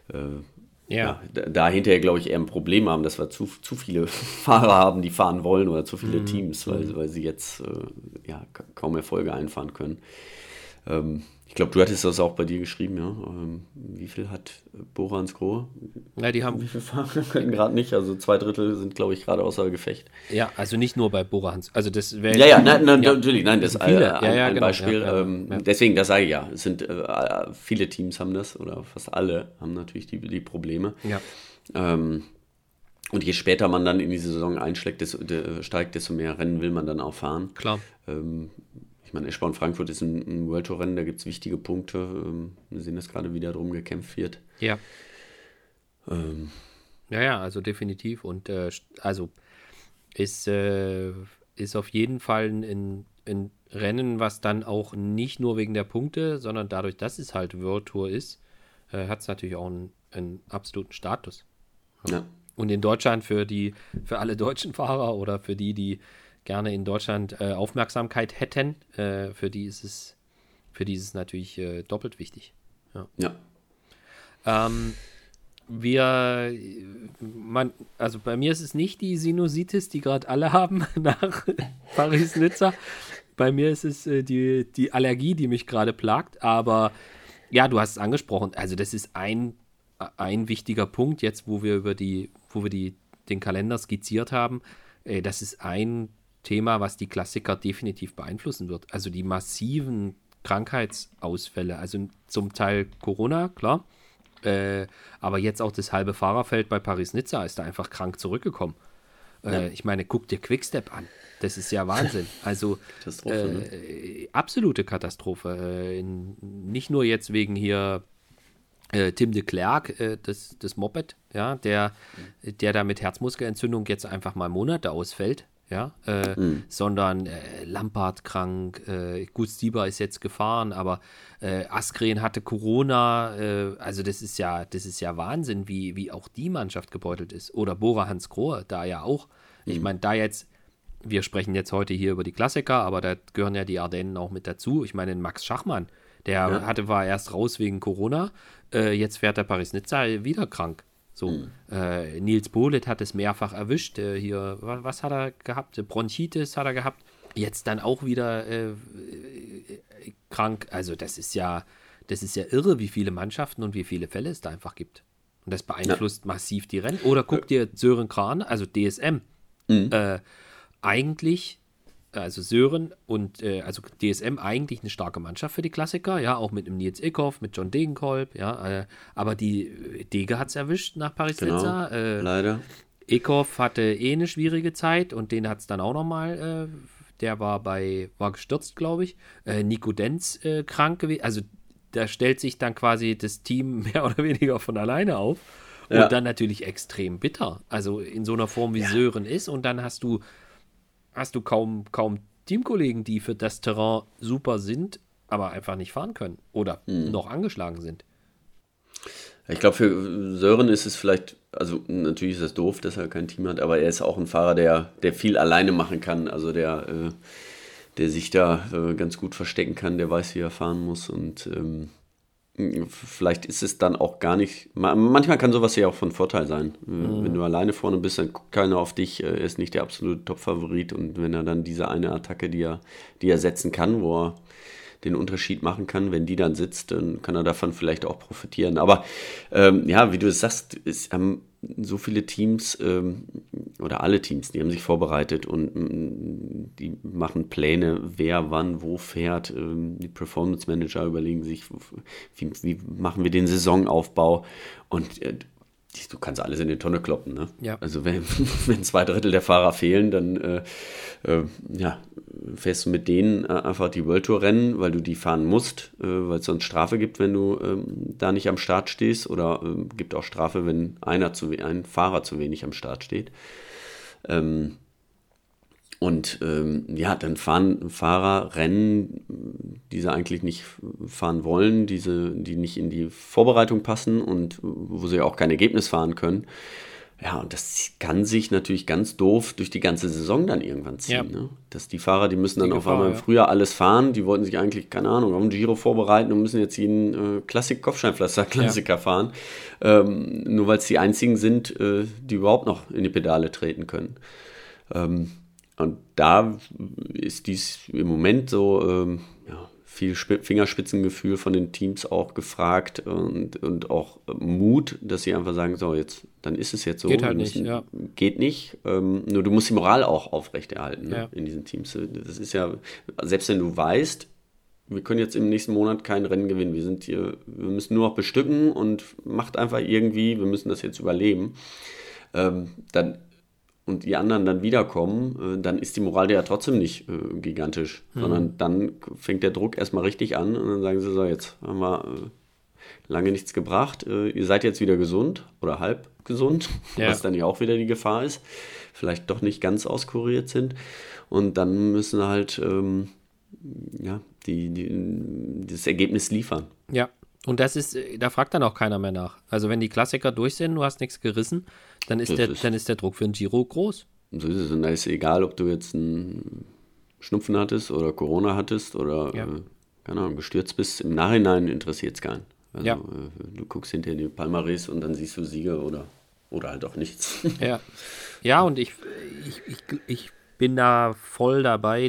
da hinterher, glaube ich, eher ein Problem haben, dass wir zu viele Fahrer haben, die fahren wollen oder zu viele Teams, weil sie jetzt kaum Erfolge einfahren können. Ich glaube, du hattest das auch bei dir geschrieben, ja. Wie viel hat Bora Hansgrohe? Ja, die haben. Wie viele Fahrer können gerade nicht? Also 2/3 sind, glaube ich, gerade außer Gefecht. Ja, also nicht nur bei Bora Hansgrohe. Also das wäre. Natürlich, nein, das ist ein Beispiel. Ja. Deswegen, das sage ich ja. Es sind viele Teams haben das oder fast alle haben natürlich die Probleme. Ja. Und je später man dann in die Saison einschlägt, steigt, desto mehr Rennen will man dann auch fahren. Klar. Ich meine, Eschborn-Frankfurt ist ein World Tour Rennen, da gibt es wichtige Punkte. Wir sehen, dass gerade wieder drum gekämpft wird. Ja. Ja, also definitiv. Und also ist auf jeden Fall ein Rennen, was dann auch nicht nur wegen der Punkte, sondern dadurch, dass es halt World Tour ist, hat es natürlich auch einen absoluten Status. Ja. Und in Deutschland für alle deutschen Fahrer oder für die gerne in Deutschland Aufmerksamkeit hätten, für die ist es natürlich doppelt wichtig. Ja. Also bei mir ist es nicht die Sinusitis, die gerade alle haben nach Paris-Nizza. Bei mir ist es die Allergie, die mich gerade plagt. Aber ja, du hast es angesprochen. Also das ist ein wichtiger Punkt jetzt, wo wir den Kalender skizziert haben. Das ist ein Thema, was die Klassiker definitiv beeinflussen wird. Also die massiven Krankheitsausfälle. Also zum Teil Corona, klar. Aber jetzt auch das halbe Fahrerfeld bei Paris-Nizza ist da einfach krank zurückgekommen. Ich meine, guck dir Quickstep an. Das ist ja Wahnsinn. Also absolute Katastrophe. Nicht nur jetzt wegen hier Tim de Klerk, das Moped, ja, der da mit Herzmuskelentzündung jetzt einfach mal Monate ausfällt. Ja, sondern Lampard krank, gut, Stieber ist jetzt gefahren, aber Askren hatte Corona, also das ist ja Wahnsinn, wie auch die Mannschaft gebeutelt ist. Oder Bora Hansgrohe, da ja auch. Ich meine, wir sprechen jetzt heute hier über die Klassiker, aber da gehören ja die Ardennen auch mit dazu. Ich meine, Max Schachmann, war erst raus wegen Corona, jetzt fährt der Paris-Nizza wieder krank. So, Nils Bolet hat es mehrfach erwischt. Hier, was hat er gehabt? Bronchitis hat er gehabt. Jetzt dann auch wieder krank. Also das ist ja irre, wie viele Mannschaften und wie viele Fälle es da einfach gibt. Und das beeinflusst massiv die Rennen. Oder guck dir Sören Krahn, also DSM. Eigentlich, also Sören und also DSM eigentlich eine starke Mannschaft für die Klassiker, ja, auch mit dem Nils Eckhoff, mit John Degenkolb, ja, aber die Dege hat es erwischt nach Paris-Nizza. Genau, leider. Eckhoff hatte eine schwierige Zeit und den hat es dann auch nochmal, der war gestürzt, glaube ich. Nico Denz krank gewesen, also da stellt sich dann quasi das Team mehr oder weniger von alleine auf und dann natürlich extrem bitter, also in so einer Form wie Sören ist und dann hast du kaum Teamkollegen, die für das Terrain super sind, aber einfach nicht fahren können oder noch angeschlagen sind. Ich glaube, für Sören ist es vielleicht, also natürlich ist das doof, dass er kein Team hat, aber er ist auch ein Fahrer, der viel alleine machen kann, also der sich da ganz gut verstecken kann, der weiß, wie er fahren muss und vielleicht ist es dann auch gar nicht, manchmal kann sowas ja auch von Vorteil sein. Wenn du alleine vorne bist, dann guckt keiner auf dich, er ist nicht der absolute Top-Favorit und wenn er dann diese eine Attacke, die er setzen kann, wo er den Unterschied machen kann, wenn die dann sitzt, dann kann er davon vielleicht auch profitieren. Aber wie du es sagst, es haben so viele Teams oder alle Teams, die haben sich vorbereitet und die machen Pläne, wer wann wo fährt. Die Performance Manager überlegen sich, wie machen wir den Saisonaufbau und du kannst alles in die Tonne kloppen. Ne? Ja. Also wenn 2/3 der Fahrer fehlen, dann fährst du mit denen einfach die World Tour Rennen, weil du die fahren musst, weil es sonst Strafe gibt, wenn du da nicht am Start stehst oder gibt auch Strafe, wenn ein Fahrer zu wenig am Start steht. Dann fahren Fahrer Rennen, die sie eigentlich nicht fahren wollen, die nicht in die Vorbereitung passen und wo sie auch kein Ergebnis fahren können. Ja, und das kann sich natürlich ganz doof durch die ganze Saison dann irgendwann ziehen. Ja. Ne? Dass die Fahrer, die müssen dann auf einmal im Frühjahr alles fahren, die wollten sich eigentlich, keine Ahnung, auf den Giro vorbereiten und müssen jetzt jeden Kopfsteinpflaster-Klassiker fahren, nur weil es die einzigen sind, die überhaupt noch in die Pedale treten können. Und da ist dies im Moment so viel Fingerspitzengefühl von den Teams auch gefragt und auch Mut, dass sie einfach sagen, so jetzt, dann ist es jetzt so. Geht halt nicht, ja. Geht nicht, nur du musst die Moral auch aufrechterhalten in diesen Teams. Das ist ja, selbst wenn du weißt, wir können jetzt im nächsten Monat kein Rennen gewinnen, wir müssen nur noch bestücken und macht einfach irgendwie, wir müssen das jetzt überleben. dann und die anderen dann wiederkommen, dann ist die Moral ja trotzdem nicht gigantisch, sondern dann fängt der Druck erstmal richtig an und dann sagen sie so, jetzt haben wir lange nichts gebracht, ihr seid jetzt wieder gesund oder halb gesund, was dann ja auch wieder die Gefahr ist, vielleicht doch nicht ganz auskuriert sind und dann müssen halt das Ergebnis liefern. Ja, und da fragt dann auch keiner mehr nach. Also wenn die Klassiker durch sind, du hast nichts gerissen, dann ist der Druck für den Giro groß. So ist es. Und da ist egal, ob du jetzt einen Schnupfen hattest oder Corona hattest oder keine Ahnung, gestürzt bist. Im Nachhinein interessiert es gar nicht. Also du guckst hinter die Palmares und dann siehst du Siege oder halt auch nichts. Ja, und ich bin da voll dabei,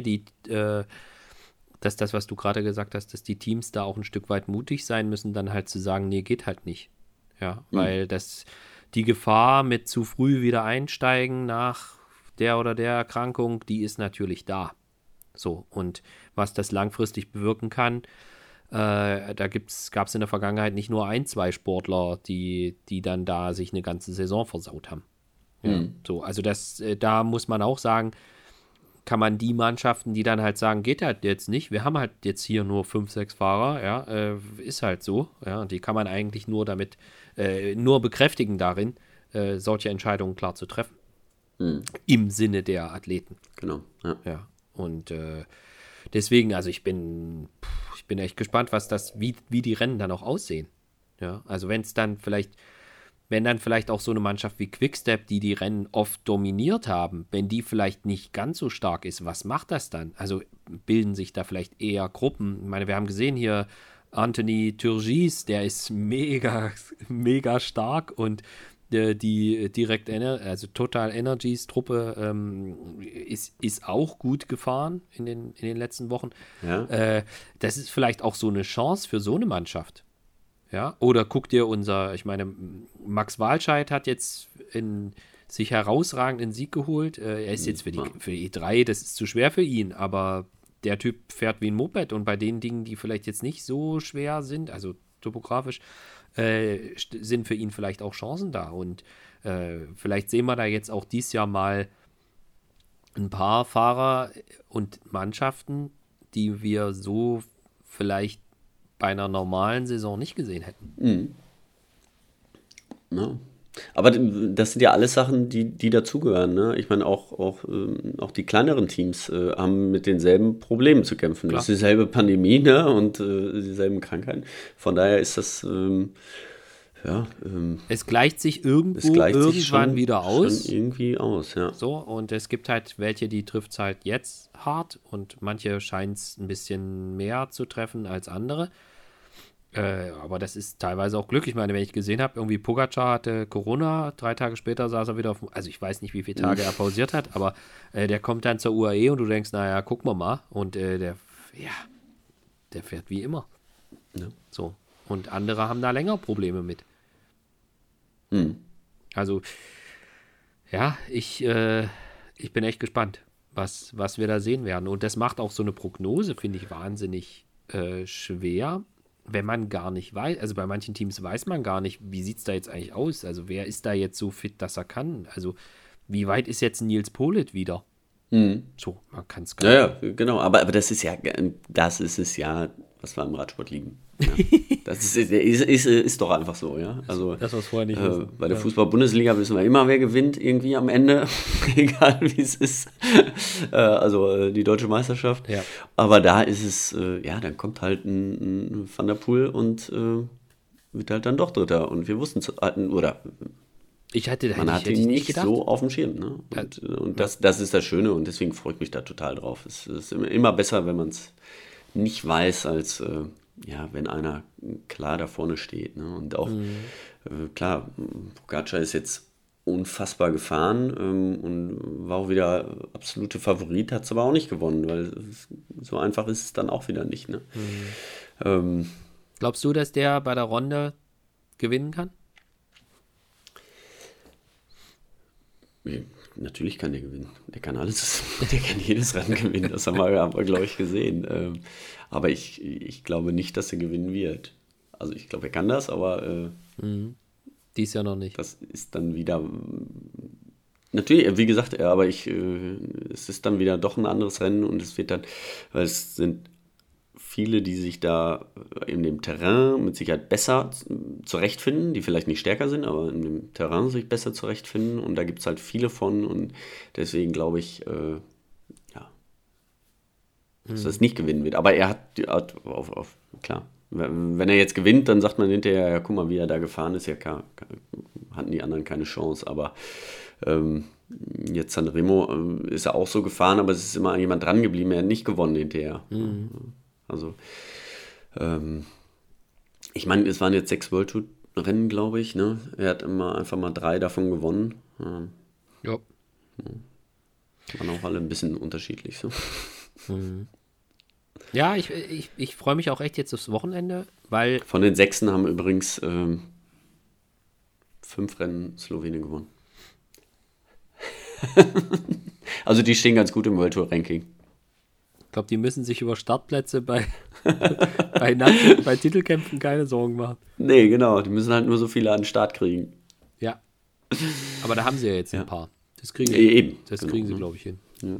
dass das, was du gerade gesagt hast, dass die Teams da auch ein Stück weit mutig sein müssen, dann halt zu sagen, nee, geht halt nicht. Ja, weil die Gefahr mit zu früh wieder einsteigen nach der oder der Erkrankung, die ist natürlich da. So, und was das langfristig bewirken kann, gab es in der Vergangenheit nicht nur 2 Sportler, die dann da sich eine ganze Saison versaut haben. Ja, so, also da muss man auch sagen, kann man die Mannschaften, die dann halt sagen, geht halt jetzt nicht, wir haben halt jetzt hier nur 5, 6 Fahrer, ist halt so, ja, und die kann man eigentlich nur bekräftigen darin, solche Entscheidungen klar zu treffen. Im Sinne der Athleten. Genau, ja. Und deswegen, also ich bin echt gespannt, wie die Rennen dann auch aussehen. Ja, also wenn dann vielleicht auch so eine Mannschaft wie Quickstep, die Rennen oft dominiert haben, wenn die vielleicht nicht ganz so stark ist, was macht das dann? Also bilden sich da vielleicht eher Gruppen? Ich meine, wir haben gesehen hier Anthony Turgis, der ist mega, mega stark und die Total Energies Truppe ist auch gut gefahren in den letzten Wochen. Ja. Das ist vielleicht auch so eine Chance für so eine Mannschaft. Ja, oder guck dir Max Walscheid hat jetzt sich herausragend einen Sieg geholt. Er ist jetzt für E3, das ist zu schwer für ihn, aber der Typ fährt wie ein Moped und bei den Dingen, die vielleicht jetzt nicht so schwer sind, also topografisch, sind für ihn vielleicht auch Chancen da und vielleicht sehen wir da jetzt auch dieses Jahr mal ein paar Fahrer und Mannschaften, die wir so vielleicht bei einer normalen Saison nicht gesehen hätten. Ja. Aber das sind ja alles Sachen, die dazugehören. Ne? Ich meine, auch die kleineren Teams haben mit denselben Problemen zu kämpfen. Klar. Das ist dieselbe Pandemie, ne? Und dieselben Krankheiten. Von daher ist das, es gleicht sich irgendwann wieder aus. Schon irgendwie aus, ja. So, und es gibt halt welche, die trifft es halt jetzt hart und manche scheint es ein bisschen mehr zu treffen als andere. Aber das ist teilweise auch Glück. Ich meine, wenn ich gesehen habe, irgendwie Pogacar hatte Corona, 3 Tage später saß er wieder also ich weiß nicht, wie viele Tage er pausiert hat, aber der kommt dann zur UAE und du denkst, naja, gucken wir mal. Und der fährt wie immer. Ja. So. Und andere haben da länger Probleme mit. Also, ja, ich bin echt gespannt, was wir da sehen werden. Und das macht auch so eine Prognose, finde ich, wahnsinnig schwer, wenn man gar nicht weiß, also bei manchen Teams weiß man gar nicht, wie sieht es da jetzt eigentlich aus? Also wer ist da jetzt so fit, dass er kann? Also wie weit ist jetzt Nils Politt wieder? So, man kann es gar nicht. Ja, genau. Aber das ist es ja, was wir im Radsport lieben. Ja. Das ist doch einfach so, ja. Also, das, was vorher nicht ist. Bei der Fußball-Bundesliga wissen wir immer, wer gewinnt irgendwie am Ende, egal wie es ist. Also die deutsche Meisterschaft. Ja. Aber da ist es, dann kommt halt ein Van der Poel und wird halt dann doch Dritter. Und wir wussten es hatten, oder man hatte ihn nicht gedacht. So auf dem Schirm. Ne? Und das ist das Schöne und deswegen freue ich mich da total drauf. Es ist immer besser, wenn man es nicht weiß, als wenn einer klar da vorne steht. Ne? Und auch, klar, Pogacar ist jetzt unfassbar gefahren und war auch wieder absolute Favorit, hat es aber auch nicht gewonnen, weil so einfach ist es dann auch wieder nicht. Ne? Glaubst du, dass der bei der Ronde gewinnen kann? Natürlich kann der gewinnen. Der kann alles, der kann jedes Rennen gewinnen. Das haben wir glaube ich, gesehen. Aber ich glaube nicht, dass er gewinnen wird. Also ich glaube, er kann das, aber Dies Jahr noch nicht. Das ist dann wieder, natürlich, wie gesagt, aber es ist dann wieder doch ein anderes Rennen und es wird dann, weil es sind viele, die sich da in dem Terrain mit Sicherheit besser zurechtfinden, die vielleicht nicht stärker sind, aber in dem Terrain sich besser zurechtfinden und da gibt es halt viele von und deswegen glaube ich, dass er es nicht gewinnen wird. Aber er hat klar, wenn er jetzt gewinnt, dann sagt man hinterher, ja, guck mal, wie er da gefahren ist, ja klar, hatten die anderen keine Chance, aber jetzt Sanremo ist er auch so gefahren, aber es ist immer jemand dran geblieben, er hat nicht gewonnen hinterher. Also, ich meine, es waren jetzt 6 World Tour Rennen, glaube ich, ne? Er hat immer einfach mal 3 davon gewonnen. Ja. Waren auch alle ein bisschen unterschiedlich, so. Ja, ich freue mich auch echt jetzt aufs Wochenende, weil... Von den 6 haben übrigens 5 Rennen Slowenien gewonnen. Also die stehen ganz gut im World Tour Ranking. Ich glaube, die müssen sich über Startplätze bei Titelkämpfen keine Sorgen machen. Nee, genau. Die müssen halt nur so viele an den Start kriegen. Ja. Aber da haben sie ja jetzt ein paar. Das kriegen sie, glaube ich, hin.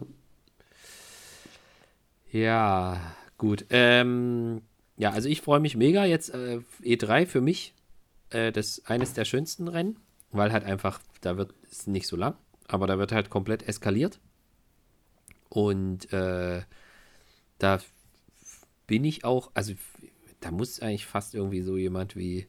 Ja, gut. Ja, also ich freue mich mega. Jetzt E3 für mich das eines der schönsten Rennen, weil halt einfach, ist nicht so lang, aber da wird halt komplett eskaliert. Und da bin ich auch, also da muss eigentlich fast irgendwie so jemand wie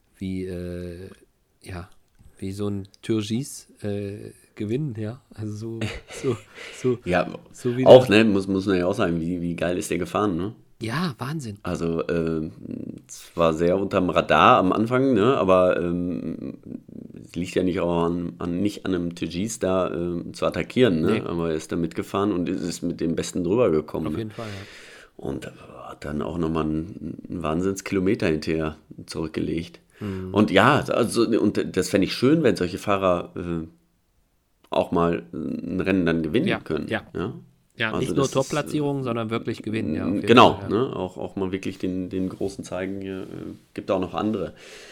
so ein Turgis gewinnen, ja. Also so ja, so wie auch, ne, muss man ja auch sagen, wie geil ist der gefahren, ne? Ja, Wahnsinn. Also, es war sehr unterm Radar am Anfang, ne, aber es liegt ja nicht auch nicht an einem Turgis da zu attackieren, ne? Nee. Aber er ist da mitgefahren und ist mit dem Besten drüber gekommen. Auf jeden Fall, ja. Und hat dann auch nochmal einen Wahnsinnskilometer hinterher zurückgelegt. Und ja, also, und das fände ich schön, wenn solche Fahrer auch mal ein Rennen dann gewinnen können. Ja, also nicht nur Top-Platzierungen, sondern wirklich gewinnen. Ja, genau, Fall, ja. Ne? Auch mal wirklich den Großen zeigen, hier gibt auch noch andere.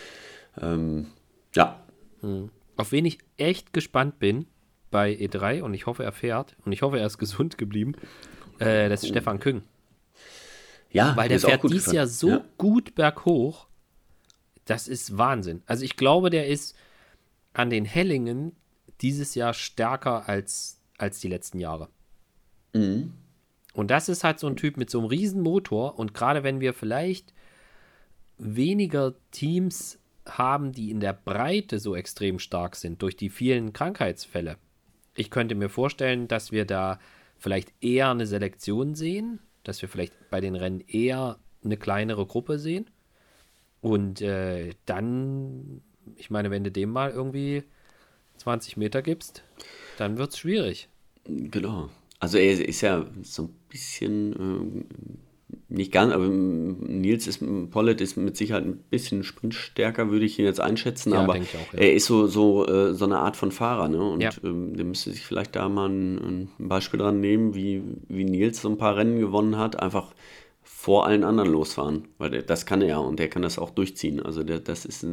Ja. Auf wen ich echt gespannt bin bei E3 und ich hoffe, er fährt und ich hoffe, er ist gesund geblieben, das ist Stefan Küng. Ja, weil der fährt dieses Jahr so gut berghoch, das ist Wahnsinn. Also ich glaube, der ist an den Hellingen dieses Jahr stärker als die letzten Jahre. Mhm. Und das ist halt so ein Typ mit so einem riesen Motor und gerade wenn wir vielleicht weniger Teams haben, die in der Breite so extrem stark sind, durch die vielen Krankheitsfälle. Ich könnte mir vorstellen, dass wir da vielleicht eher eine Selektion sehen, dass wir vielleicht bei den Rennen eher eine kleinere Gruppe sehen. Und dann, ich meine, wenn du dem mal irgendwie 20 Meter gibst, dann wird es schwierig. Genau. Also er ist ja so ein bisschen, nicht ganz, aber Pollitt ist mit Sicherheit ein bisschen sprintstärker, würde ich ihn jetzt einschätzen, ja, aber denke ich auch, ja. Er ist so eine Art von Fahrer, ne? Und der müsste sich vielleicht da mal ein Beispiel dran nehmen, wie Nils so ein paar Rennen gewonnen hat, einfach vor allen anderen losfahren, weil das kann er und der kann das auch durchziehen. Also das ist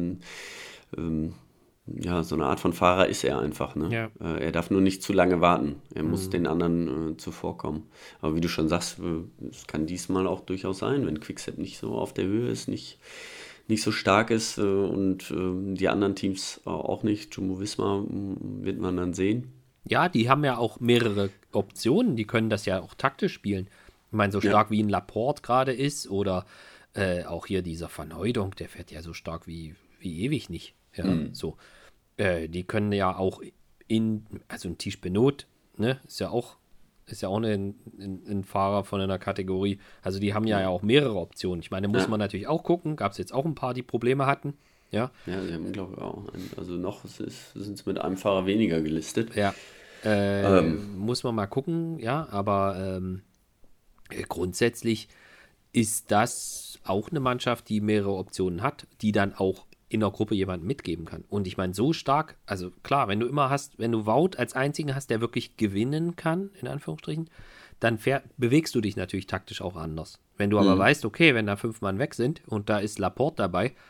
so eine Art von Fahrer ist er einfach. Ne? Ja. Er darf nur nicht zu lange warten. Er muss den anderen zuvorkommen. Aber wie du schon sagst, es kann diesmal auch durchaus sein, wenn Quickstep nicht so auf der Höhe ist, nicht so stark ist und die anderen Teams auch nicht. Jumbo-Visma wird man dann sehen. Ja, die haben ja auch mehrere Optionen. Die können das ja auch taktisch spielen. Ich meine, so stark wie ein Laporte gerade ist oder auch hier dieser Van Hooijdonk, der fährt ja so stark wie ewig nicht. Ja, so. Die können ja auch also ein Tish Benoot, ne, ist ja auch ein Fahrer von einer Kategorie. Also die haben ja auch mehrere Optionen. Ich meine, muss man natürlich auch gucken. Gab es jetzt auch ein paar, die Probleme hatten. Ja, sie haben, glaube ich, auch. Also noch sind es mit einem Fahrer weniger gelistet. Ja, muss man mal gucken. Ja, aber grundsätzlich ist das auch eine Mannschaft, die mehrere Optionen hat, die dann auch in der Gruppe jemanden mitgeben kann. Und ich meine, so stark, also klar, wenn du Wout als einzigen hast, der wirklich gewinnen kann, in Anführungsstrichen, dann bewegst du dich natürlich taktisch auch anders. Wenn du aber weißt, okay, wenn da 5 Mann weg sind und da ist Laporte dabei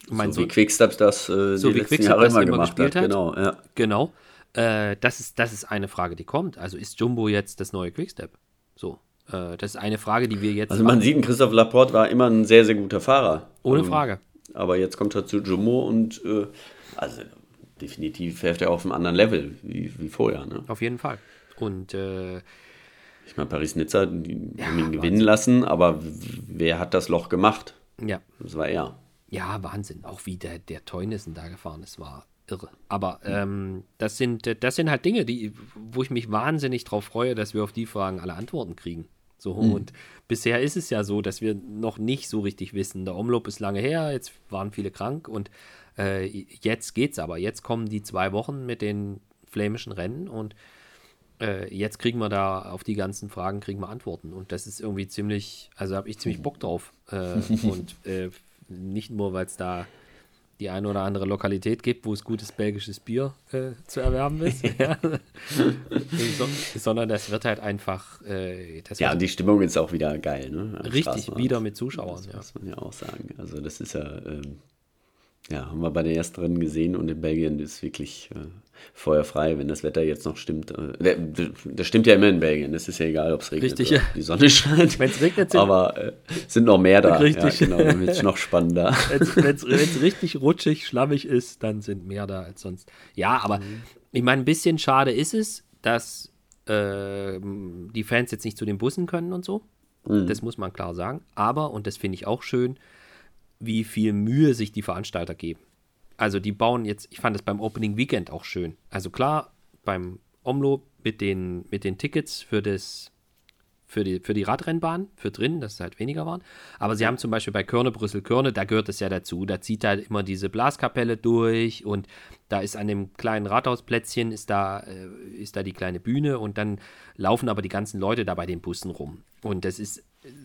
Mein so wie Sohn, Quickstep das die so wie letzten Quickstep Jahre das immer immer gemacht gespielt hat. hat. Genau, ja. Genau. Das ist eine Frage, die kommt. Also ist Jumbo jetzt das neue Quickstep? So. Das ist eine Frage, die wir jetzt Also man sieht, Christoph Laporte war immer ein sehr, sehr guter Fahrer. ohne Frage. Aber jetzt kommt er zu Jumbo und also definitiv fährt er auf einem anderen Level wie vorher. Ne? Auf jeden Fall. Und Ich meine, Paris-Nizza, die haben ihn gewinnen Wahnsinn. lassen, aber wer hat das Loch gemacht? ja. Das war er. Ja, Wahnsinn. Auch wie der Teunissen da gefahren ist, war irre. Aber das sind halt Dinge, wo ich mich wahnsinnig drauf freue, dass wir auf die Fragen alle Antworten kriegen. So, und bisher ist es ja so, dass wir noch nicht so richtig wissen. Der Omloop ist lange her, jetzt waren viele krank und jetzt geht's aber. Jetzt kommen die 2 Wochen mit den flämischen Rennen und jetzt kriegen wir da auf die ganzen Fragen kriegen wir Antworten. Und das ist irgendwie also habe ich ziemlich Bock drauf. Und nicht nur, weil es da die eine oder andere Lokalität gibt, wo es gutes belgisches Bier zu erwerben ist, ja. Sondern das wird halt einfach Ja, und die Stimmung ist auch wieder geil. Ne? Am richtig, Straßenrand. wieder mit Zuschauern. Das Ja. muss man ja auch sagen. Also das ist ja, haben wir bei den ersten Rennen gesehen und in Belgien ist wirklich feuerfrei, wenn das Wetter jetzt noch stimmt. Das stimmt ja immer in Belgien, es ist ja egal, ob es regnet Richtig, oder ja. die Sonne scheint. Wenn es regnet, Aber sind noch mehr da. Richtig. Ja, genau, dann wird es noch spannender. wenn es richtig rutschig, schlammig ist, dann sind mehr da als sonst. Ja, aber ich meine, ein bisschen schade ist es, dass die Fans jetzt nicht zu den Bussen können und so. Das muss man klar sagen. Aber, und das finde ich auch schön, wie viel Mühe sich die Veranstalter geben. Also die bauen jetzt, ich fand es beim Opening Weekend auch schön. Also klar, beim Omloop mit den Tickets für die Radrennbahn, für drin, dass es halt weniger waren. Aber sie haben zum Beispiel bei Körne, Brüssel-Körne, da gehört es ja dazu, da zieht halt immer diese Blaskapelle durch und da ist an dem kleinen Rathausplätzchen ist da die kleine Bühne und dann laufen aber die ganzen Leute da bei den Bussen rum. Und das ist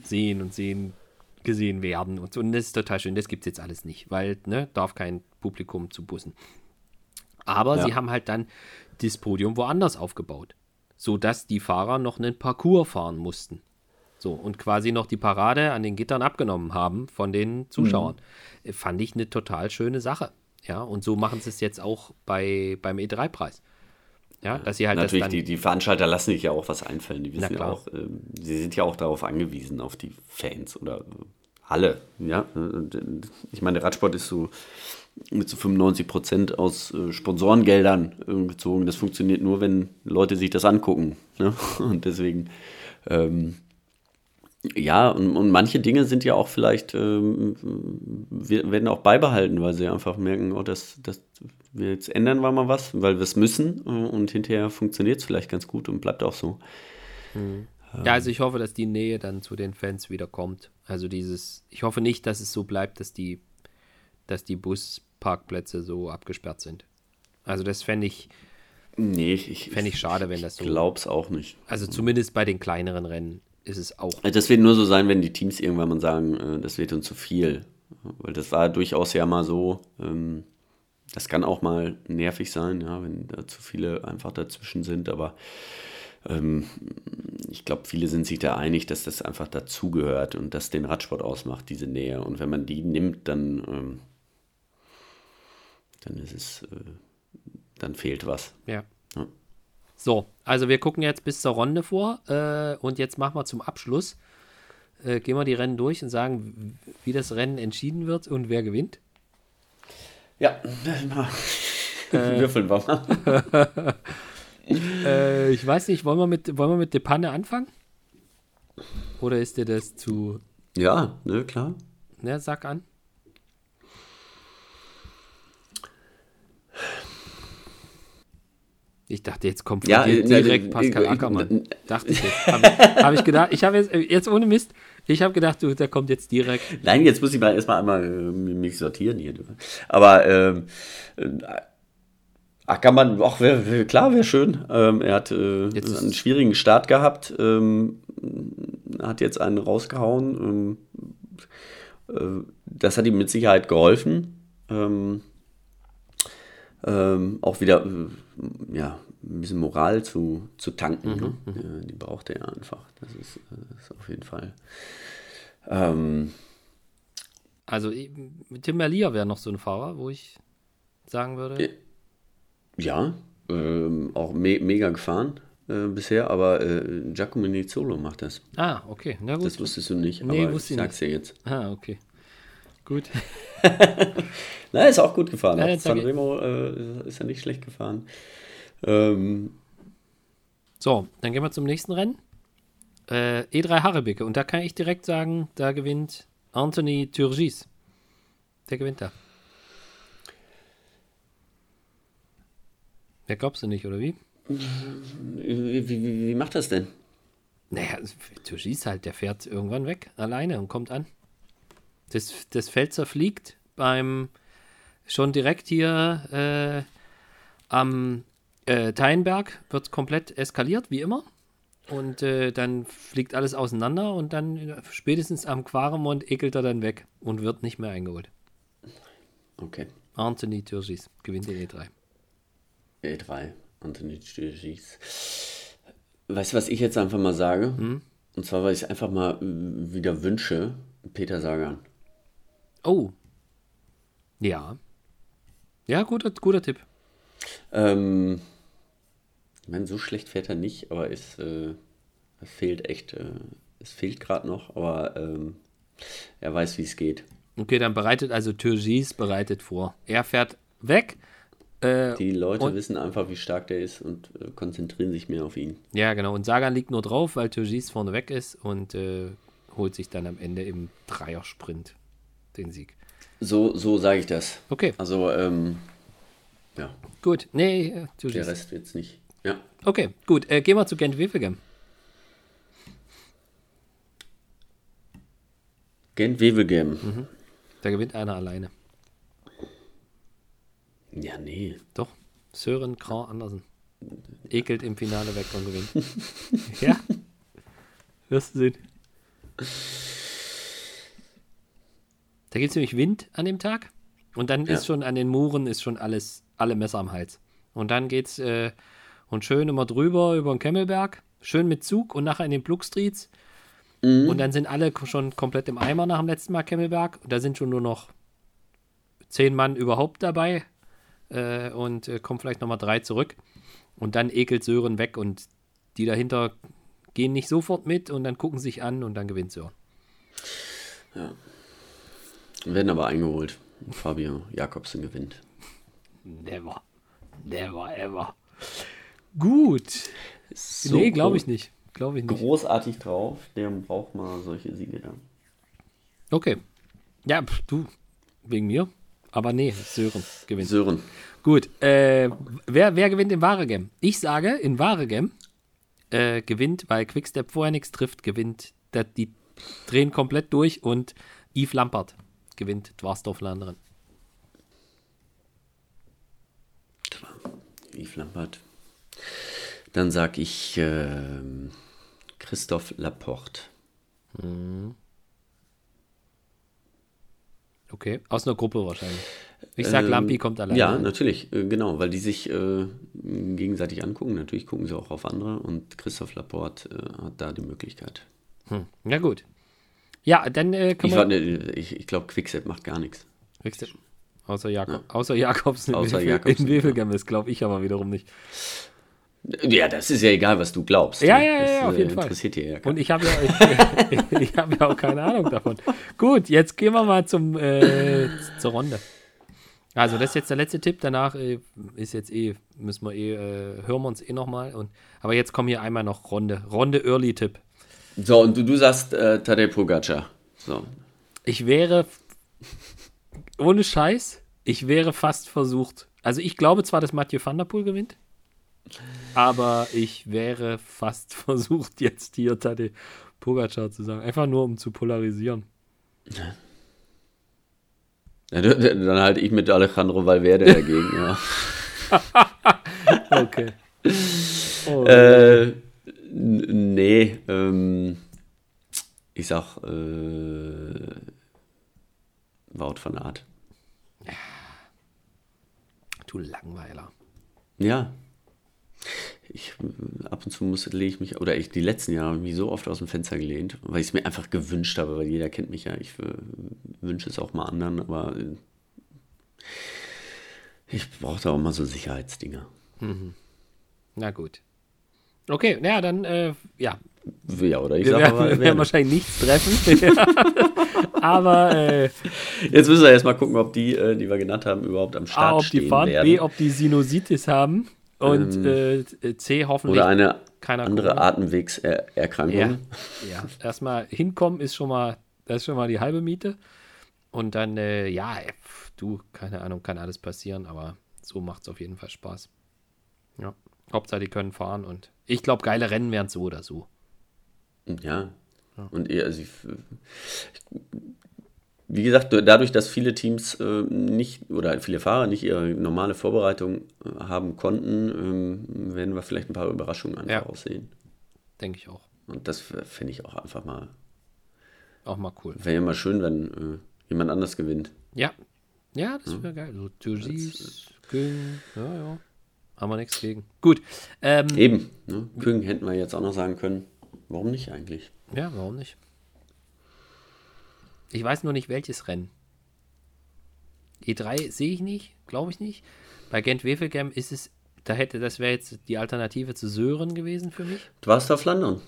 gesehen werden und so. Und das ist total schön, das gibt es jetzt alles nicht, weil, darf kein Publikum zu Bussen. Aber sie haben halt dann das Podium woanders aufgebaut, sodass die Fahrer noch einen Parcours fahren mussten. So, und quasi noch die Parade an den Gittern abgenommen haben von den Zuschauern. Fand ich eine total schöne Sache. Ja, und so machen sie es jetzt auch beim E3-Preis. Ja, dass sie halt Natürlich, das dann, die Veranstalter lassen sich ja auch was einfallen. Die wissen ja klar. auch, sie sind ja auch darauf angewiesen, auf die Fans oder alle. Ja? Ich meine, der Radsport ist so mit so 95% aus Sponsorengeldern gezogen. Das funktioniert nur, wenn Leute sich das angucken. Ne? Und deswegen, ja, und manche Dinge sind ja auch vielleicht, werden auch beibehalten, weil sie einfach merken, oh, jetzt ändern wir mal was, weil wir es müssen und hinterher funktioniert es vielleicht ganz gut und bleibt auch so. ja, also ich hoffe, dass die Nähe dann zu den Fans wieder kommt. Also ich hoffe nicht, dass es so bleibt, dass die Busparkplätze so abgesperrt sind. Also das fände ich schade, wenn das so. Ich glaube es auch nicht. Also zumindest bei den kleineren Rennen ist es auch. Also das wird nur so sein, wenn die Teams irgendwann mal sagen, das wird uns zu viel. Weil das war durchaus ja mal so, das kann auch mal nervig sein, ja, wenn da zu viele einfach dazwischen sind, aber ich glaube, viele sind sich da einig, dass das einfach dazugehört und das den Radsport ausmacht, diese Nähe. Und wenn man die nimmt, dann ist es, dann fehlt was. Ja. Ja. So, also wir gucken jetzt bis zur Runde vor und jetzt machen wir zum Abschluss, gehen wir die Rennen durch und sagen, wie das Rennen entschieden wird und wer gewinnt. Ja, würfeln wir mal. Ich weiß nicht, wollen wir mit De Panne anfangen? Oder ist dir das zu... Ja, ne, klar. Ne, sag an. Ich dachte, jetzt kommt von dir direkt Pascal Ackermann. Dachte ich jetzt. Hab ich gedacht, ich habe jetzt ohne Mist, ich habe gedacht, der kommt jetzt direkt. Nein, jetzt muss ich mal erstmal mich sortieren hier. Aber Ackermann, ach, klar, wäre schön. Er hat einen schwierigen Start gehabt, hat jetzt einen rausgehauen. Das hat ihm mit Sicherheit geholfen. Auch wieder ein bisschen Moral zu tanken. Ne? Ja, die braucht er ja einfach. Das ist auf jeden Fall. Also Tim Merlier wäre noch so ein Fahrer, wo ich sagen würde. Ja, auch mega gefahren bisher, aber Giacomo Nizzolo macht das. Ah, okay. Na gut. Das wusstest du nicht, Nee, aber wusste ich ich sag's dir jetzt. Ah, okay. Gut. Na, ist auch gut gefahren. Auf jetzt sag ich- Sanremo ist er nicht schlecht gefahren. Ähm, So, dann gehen wir zum nächsten Rennen. E3 Harrebecke. Und da kann ich direkt sagen, da gewinnt Anthony Turgis. Der gewinnt da. Wer glaubst du nicht, oder wie? wie macht das denn? Naja, Turgis halt, der fährt irgendwann weg, alleine und kommt an. Das Feld zerfliegt schon direkt hier am Teilenberg wird komplett eskaliert, wie immer. Und dann fliegt alles auseinander und dann spätestens am Quaremont ekelt er dann weg und wird nicht mehr eingeholt. Okay. Anthony Turgis gewinnt den E3. E3, Anthony Turgis. Weißt du, was ich jetzt einfach mal sage? Und zwar, weil ich es einfach mal wieder wünsche, Peter Sagan. Oh. Ja. Ja, guter Tipp. Ich meine, so schlecht fährt er nicht, aber es fehlt echt, es fehlt gerade noch, aber er weiß, wie es geht. Okay, dann Turgis bereitet vor. Er fährt weg. Die Leute wissen einfach, wie stark der ist und konzentrieren sich mehr auf ihn. Ja, genau. Und Sagan liegt nur drauf, weil Turgis vorne weg ist und holt sich dann am Ende im Dreiersprint den Sieg. So sage ich das. Okay. Also, ja. Gut. Nee, Turgis. Der Rest wird's nicht. Ja. Okay, gut. Gehen wir zu Gent-Wevelgem. Gent-Wevelgem. Da gewinnt einer alleine. Ja, nee. Doch. Søren Kragh Andersen. Ekelt im Finale weg und gewinnt. Ja. Wirst du sehen. Da gibt es nämlich Wind an dem Tag. Und dann ist schon an den Muren alle Messer am Hals. Und dann geht's und schön immer drüber über den Kemmelberg. Schön mit Zug und nachher in den Plugstreets. Und dann sind alle schon komplett im Eimer nach dem letzten Mal Kemmelberg. Und da sind schon nur noch 10 Mann überhaupt dabei. Und kommen vielleicht nochmal 3 zurück. Und dann ekelt Sören weg und die dahinter gehen nicht sofort mit und dann gucken sich an und dann gewinnt Sören. Ja. Werden aber eingeholt. Fabio Jakobsen gewinnt. Never. Never ever. Gut. So Nee, glaube ich nicht. Glaube ich nicht. Großartig drauf. Der braucht mal solche Siege dann. Okay. Ja, du, wegen mir. Aber nee, Sören gewinnt. Sören. Gut. Wer gewinnt in Waregem? Ich sage, in Waregem gewinnt, weil Quickstep vorher nichts trifft, gewinnt. Die drehen komplett durch und Yves Lampert gewinnt Dwarsdorf-Landeren. Yves Lampert. Dann sag ich Christophe Laporte. Okay, aus einer Gruppe wahrscheinlich. Ich sag, Lampi kommt alleine. Ja, natürlich, genau, weil die sich gegenseitig angucken. Natürlich gucken sie auch auf andere und Christophe Laporte hat da die Möglichkeit. Ja, gut. Ja, dann können wir... Ich glaube, Quickstep macht gar nichts. Quickstep. Außer Jakobsen Außer in Jakobsen, Wevelgem, das glaube ich aber wiederum nicht. Ja, das ist ja egal, was du glaubst. Ja, das, auf jeden Fall. Interessiert dir ja Und ich habe ich hab ja auch keine Ahnung davon. Gut, jetzt gehen wir mal zur Runde. Also das ist jetzt der letzte Tipp, danach ist jetzt hören wir uns nochmal. Aber jetzt kommen hier einmal noch Runde Early-Tipp. So, und du sagst Tadej Pogacar. So. Ich wäre, ohne Scheiß, fast versucht, also ich glaube zwar, dass Mathieu van der Poel gewinnt, aber ich wäre fast versucht, jetzt hier Tadej Pogacar zu sagen. Einfach nur, um zu polarisieren. Ja, dann halte ich mit Alejandro Valverde dagegen, ja. Okay. Oh. Nee, ich sag Wout van Aert. Du Langweiler. Ja. ab und zu lege ich mich, oder die letzten Jahre habe ich mich so oft aus dem Fenster gelehnt, weil ich es mir einfach gewünscht habe, weil jeder kennt mich ja, ich wünsche es auch mal anderen, aber ich brauche da auch mal so Sicherheitsdinger. Na gut. Okay, ja, dann, ja. Ja, oder? Wir werden wahrscheinlich nichts treffen. Aber jetzt müssen wir erstmal gucken, ob die wir genannt haben, überhaupt am Start stehen die fahren, werden. B, ob die Sinusitis haben und C, hoffentlich oder eine andere Corona. Atemwegserkrankung. Ja, erstmal hinkommen das ist schon mal die halbe Miete. Und dann, keine Ahnung, kann alles passieren, aber so macht es auf jeden Fall Spaß. Ja, Hauptsache die können fahren und ich glaube, geile Rennen wären so oder so. Ja. Und wie gesagt, dadurch, dass viele Teams viele Fahrer nicht ihre normale Vorbereitung haben konnten, werden wir vielleicht ein paar Überraschungen einfach auch sehen. Denke ich auch. Und das finde ich auch einfach mal. Auch mal cool. Wäre ja mal schön, wenn jemand anders gewinnt. Ja. Ja, das wäre geil. So Turgis, Küng, ja. Haben wir nichts gegen. Gut. Eben. Ne? Küng hätten wir jetzt auch noch sagen können. Warum nicht eigentlich? Ja, warum nicht? Ich weiß nur nicht, welches Rennen. E3 sehe ich nicht, glaube ich nicht. Bei Gent-Wevelgem ist es, das wäre jetzt die Alternative zu Sören gewesen für mich. Du warst auf London.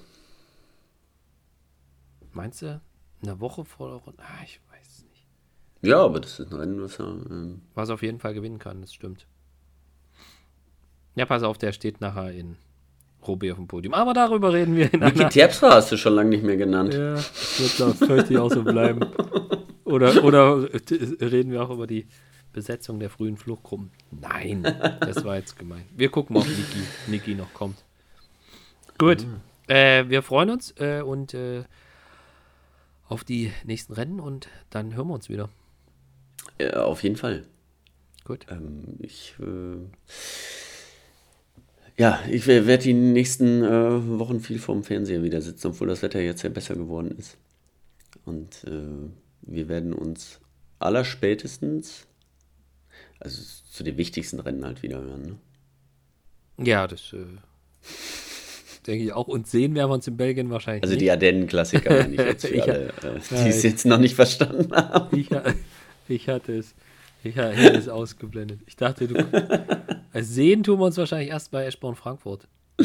Meinst du? Eine Woche vor der Runde? Ich weiß es nicht. Ja, aber das ist ein Rennen, was auf jeden Fall gewinnen kann, das stimmt. Ja, pass auf, der steht nachher in Roubaix auf dem Podium. Aber darüber reden wir in Niki Terpstra hast du schon lange nicht mehr genannt. Ja, das möchte auch so bleiben. Oder reden wir auch über die Besetzung der frühen Fluchtgruppen? Nein, das war jetzt gemein. Wir gucken mal, ob Niki noch kommt. Gut, wir freuen uns und auf die nächsten Rennen und dann hören wir uns wieder. Ja, auf jeden Fall. Gut. Ich werde die nächsten Wochen viel vorm Fernseher wieder sitzen, obwohl das Wetter jetzt ja besser geworden ist. Und wir werden uns allerspätestens, also zu den wichtigsten Rennen halt wieder hören. Ne? Ja, das denke ich auch. Und sehen werden wir uns in Belgien wahrscheinlich also nicht. die Ardennen-Klassiker, meine ich jetzt für alle, die es jetzt noch nicht verstanden haben. Ich hatte es ausgeblendet. Ich dachte, sehen tun wir uns wahrscheinlich erst bei Eschborn Frankfurt.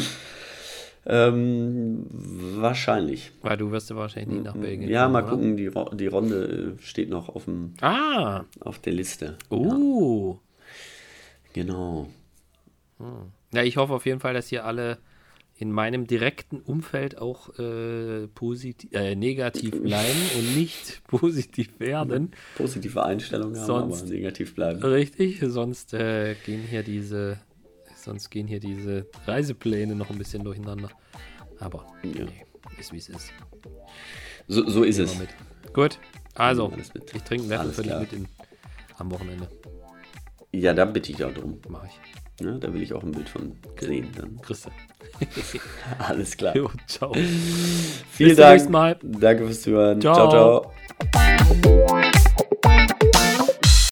Wahrscheinlich. Weil du wirst ja wahrscheinlich nicht nach Belgien Ja, kommen, mal oder? gucken, die Runde steht noch auf der Liste. Oh. Ja. Genau. Ja, ich hoffe auf jeden Fall, dass hier alle in meinem direkten Umfeld auch negativ bleiben und nicht positiv werden. Positive Einstellung haben, aber negativ bleiben. Richtig, sonst gehen hier diese Reisepläne noch ein bisschen durcheinander. Aber nee, ist wie es ist. So ist es. Gut, also mit. ich trinke einen Wettenviertel mit am Wochenende. Ja, da bitte ich auch drum. Mach ich. Ja, da will ich auch ein Bild von sehen. Dann. Christa. Alles klar. Jo, ciao. Vielen Bis Dank. zum nächsten Mal. Danke fürs Zuhören. Ciao. Ciao.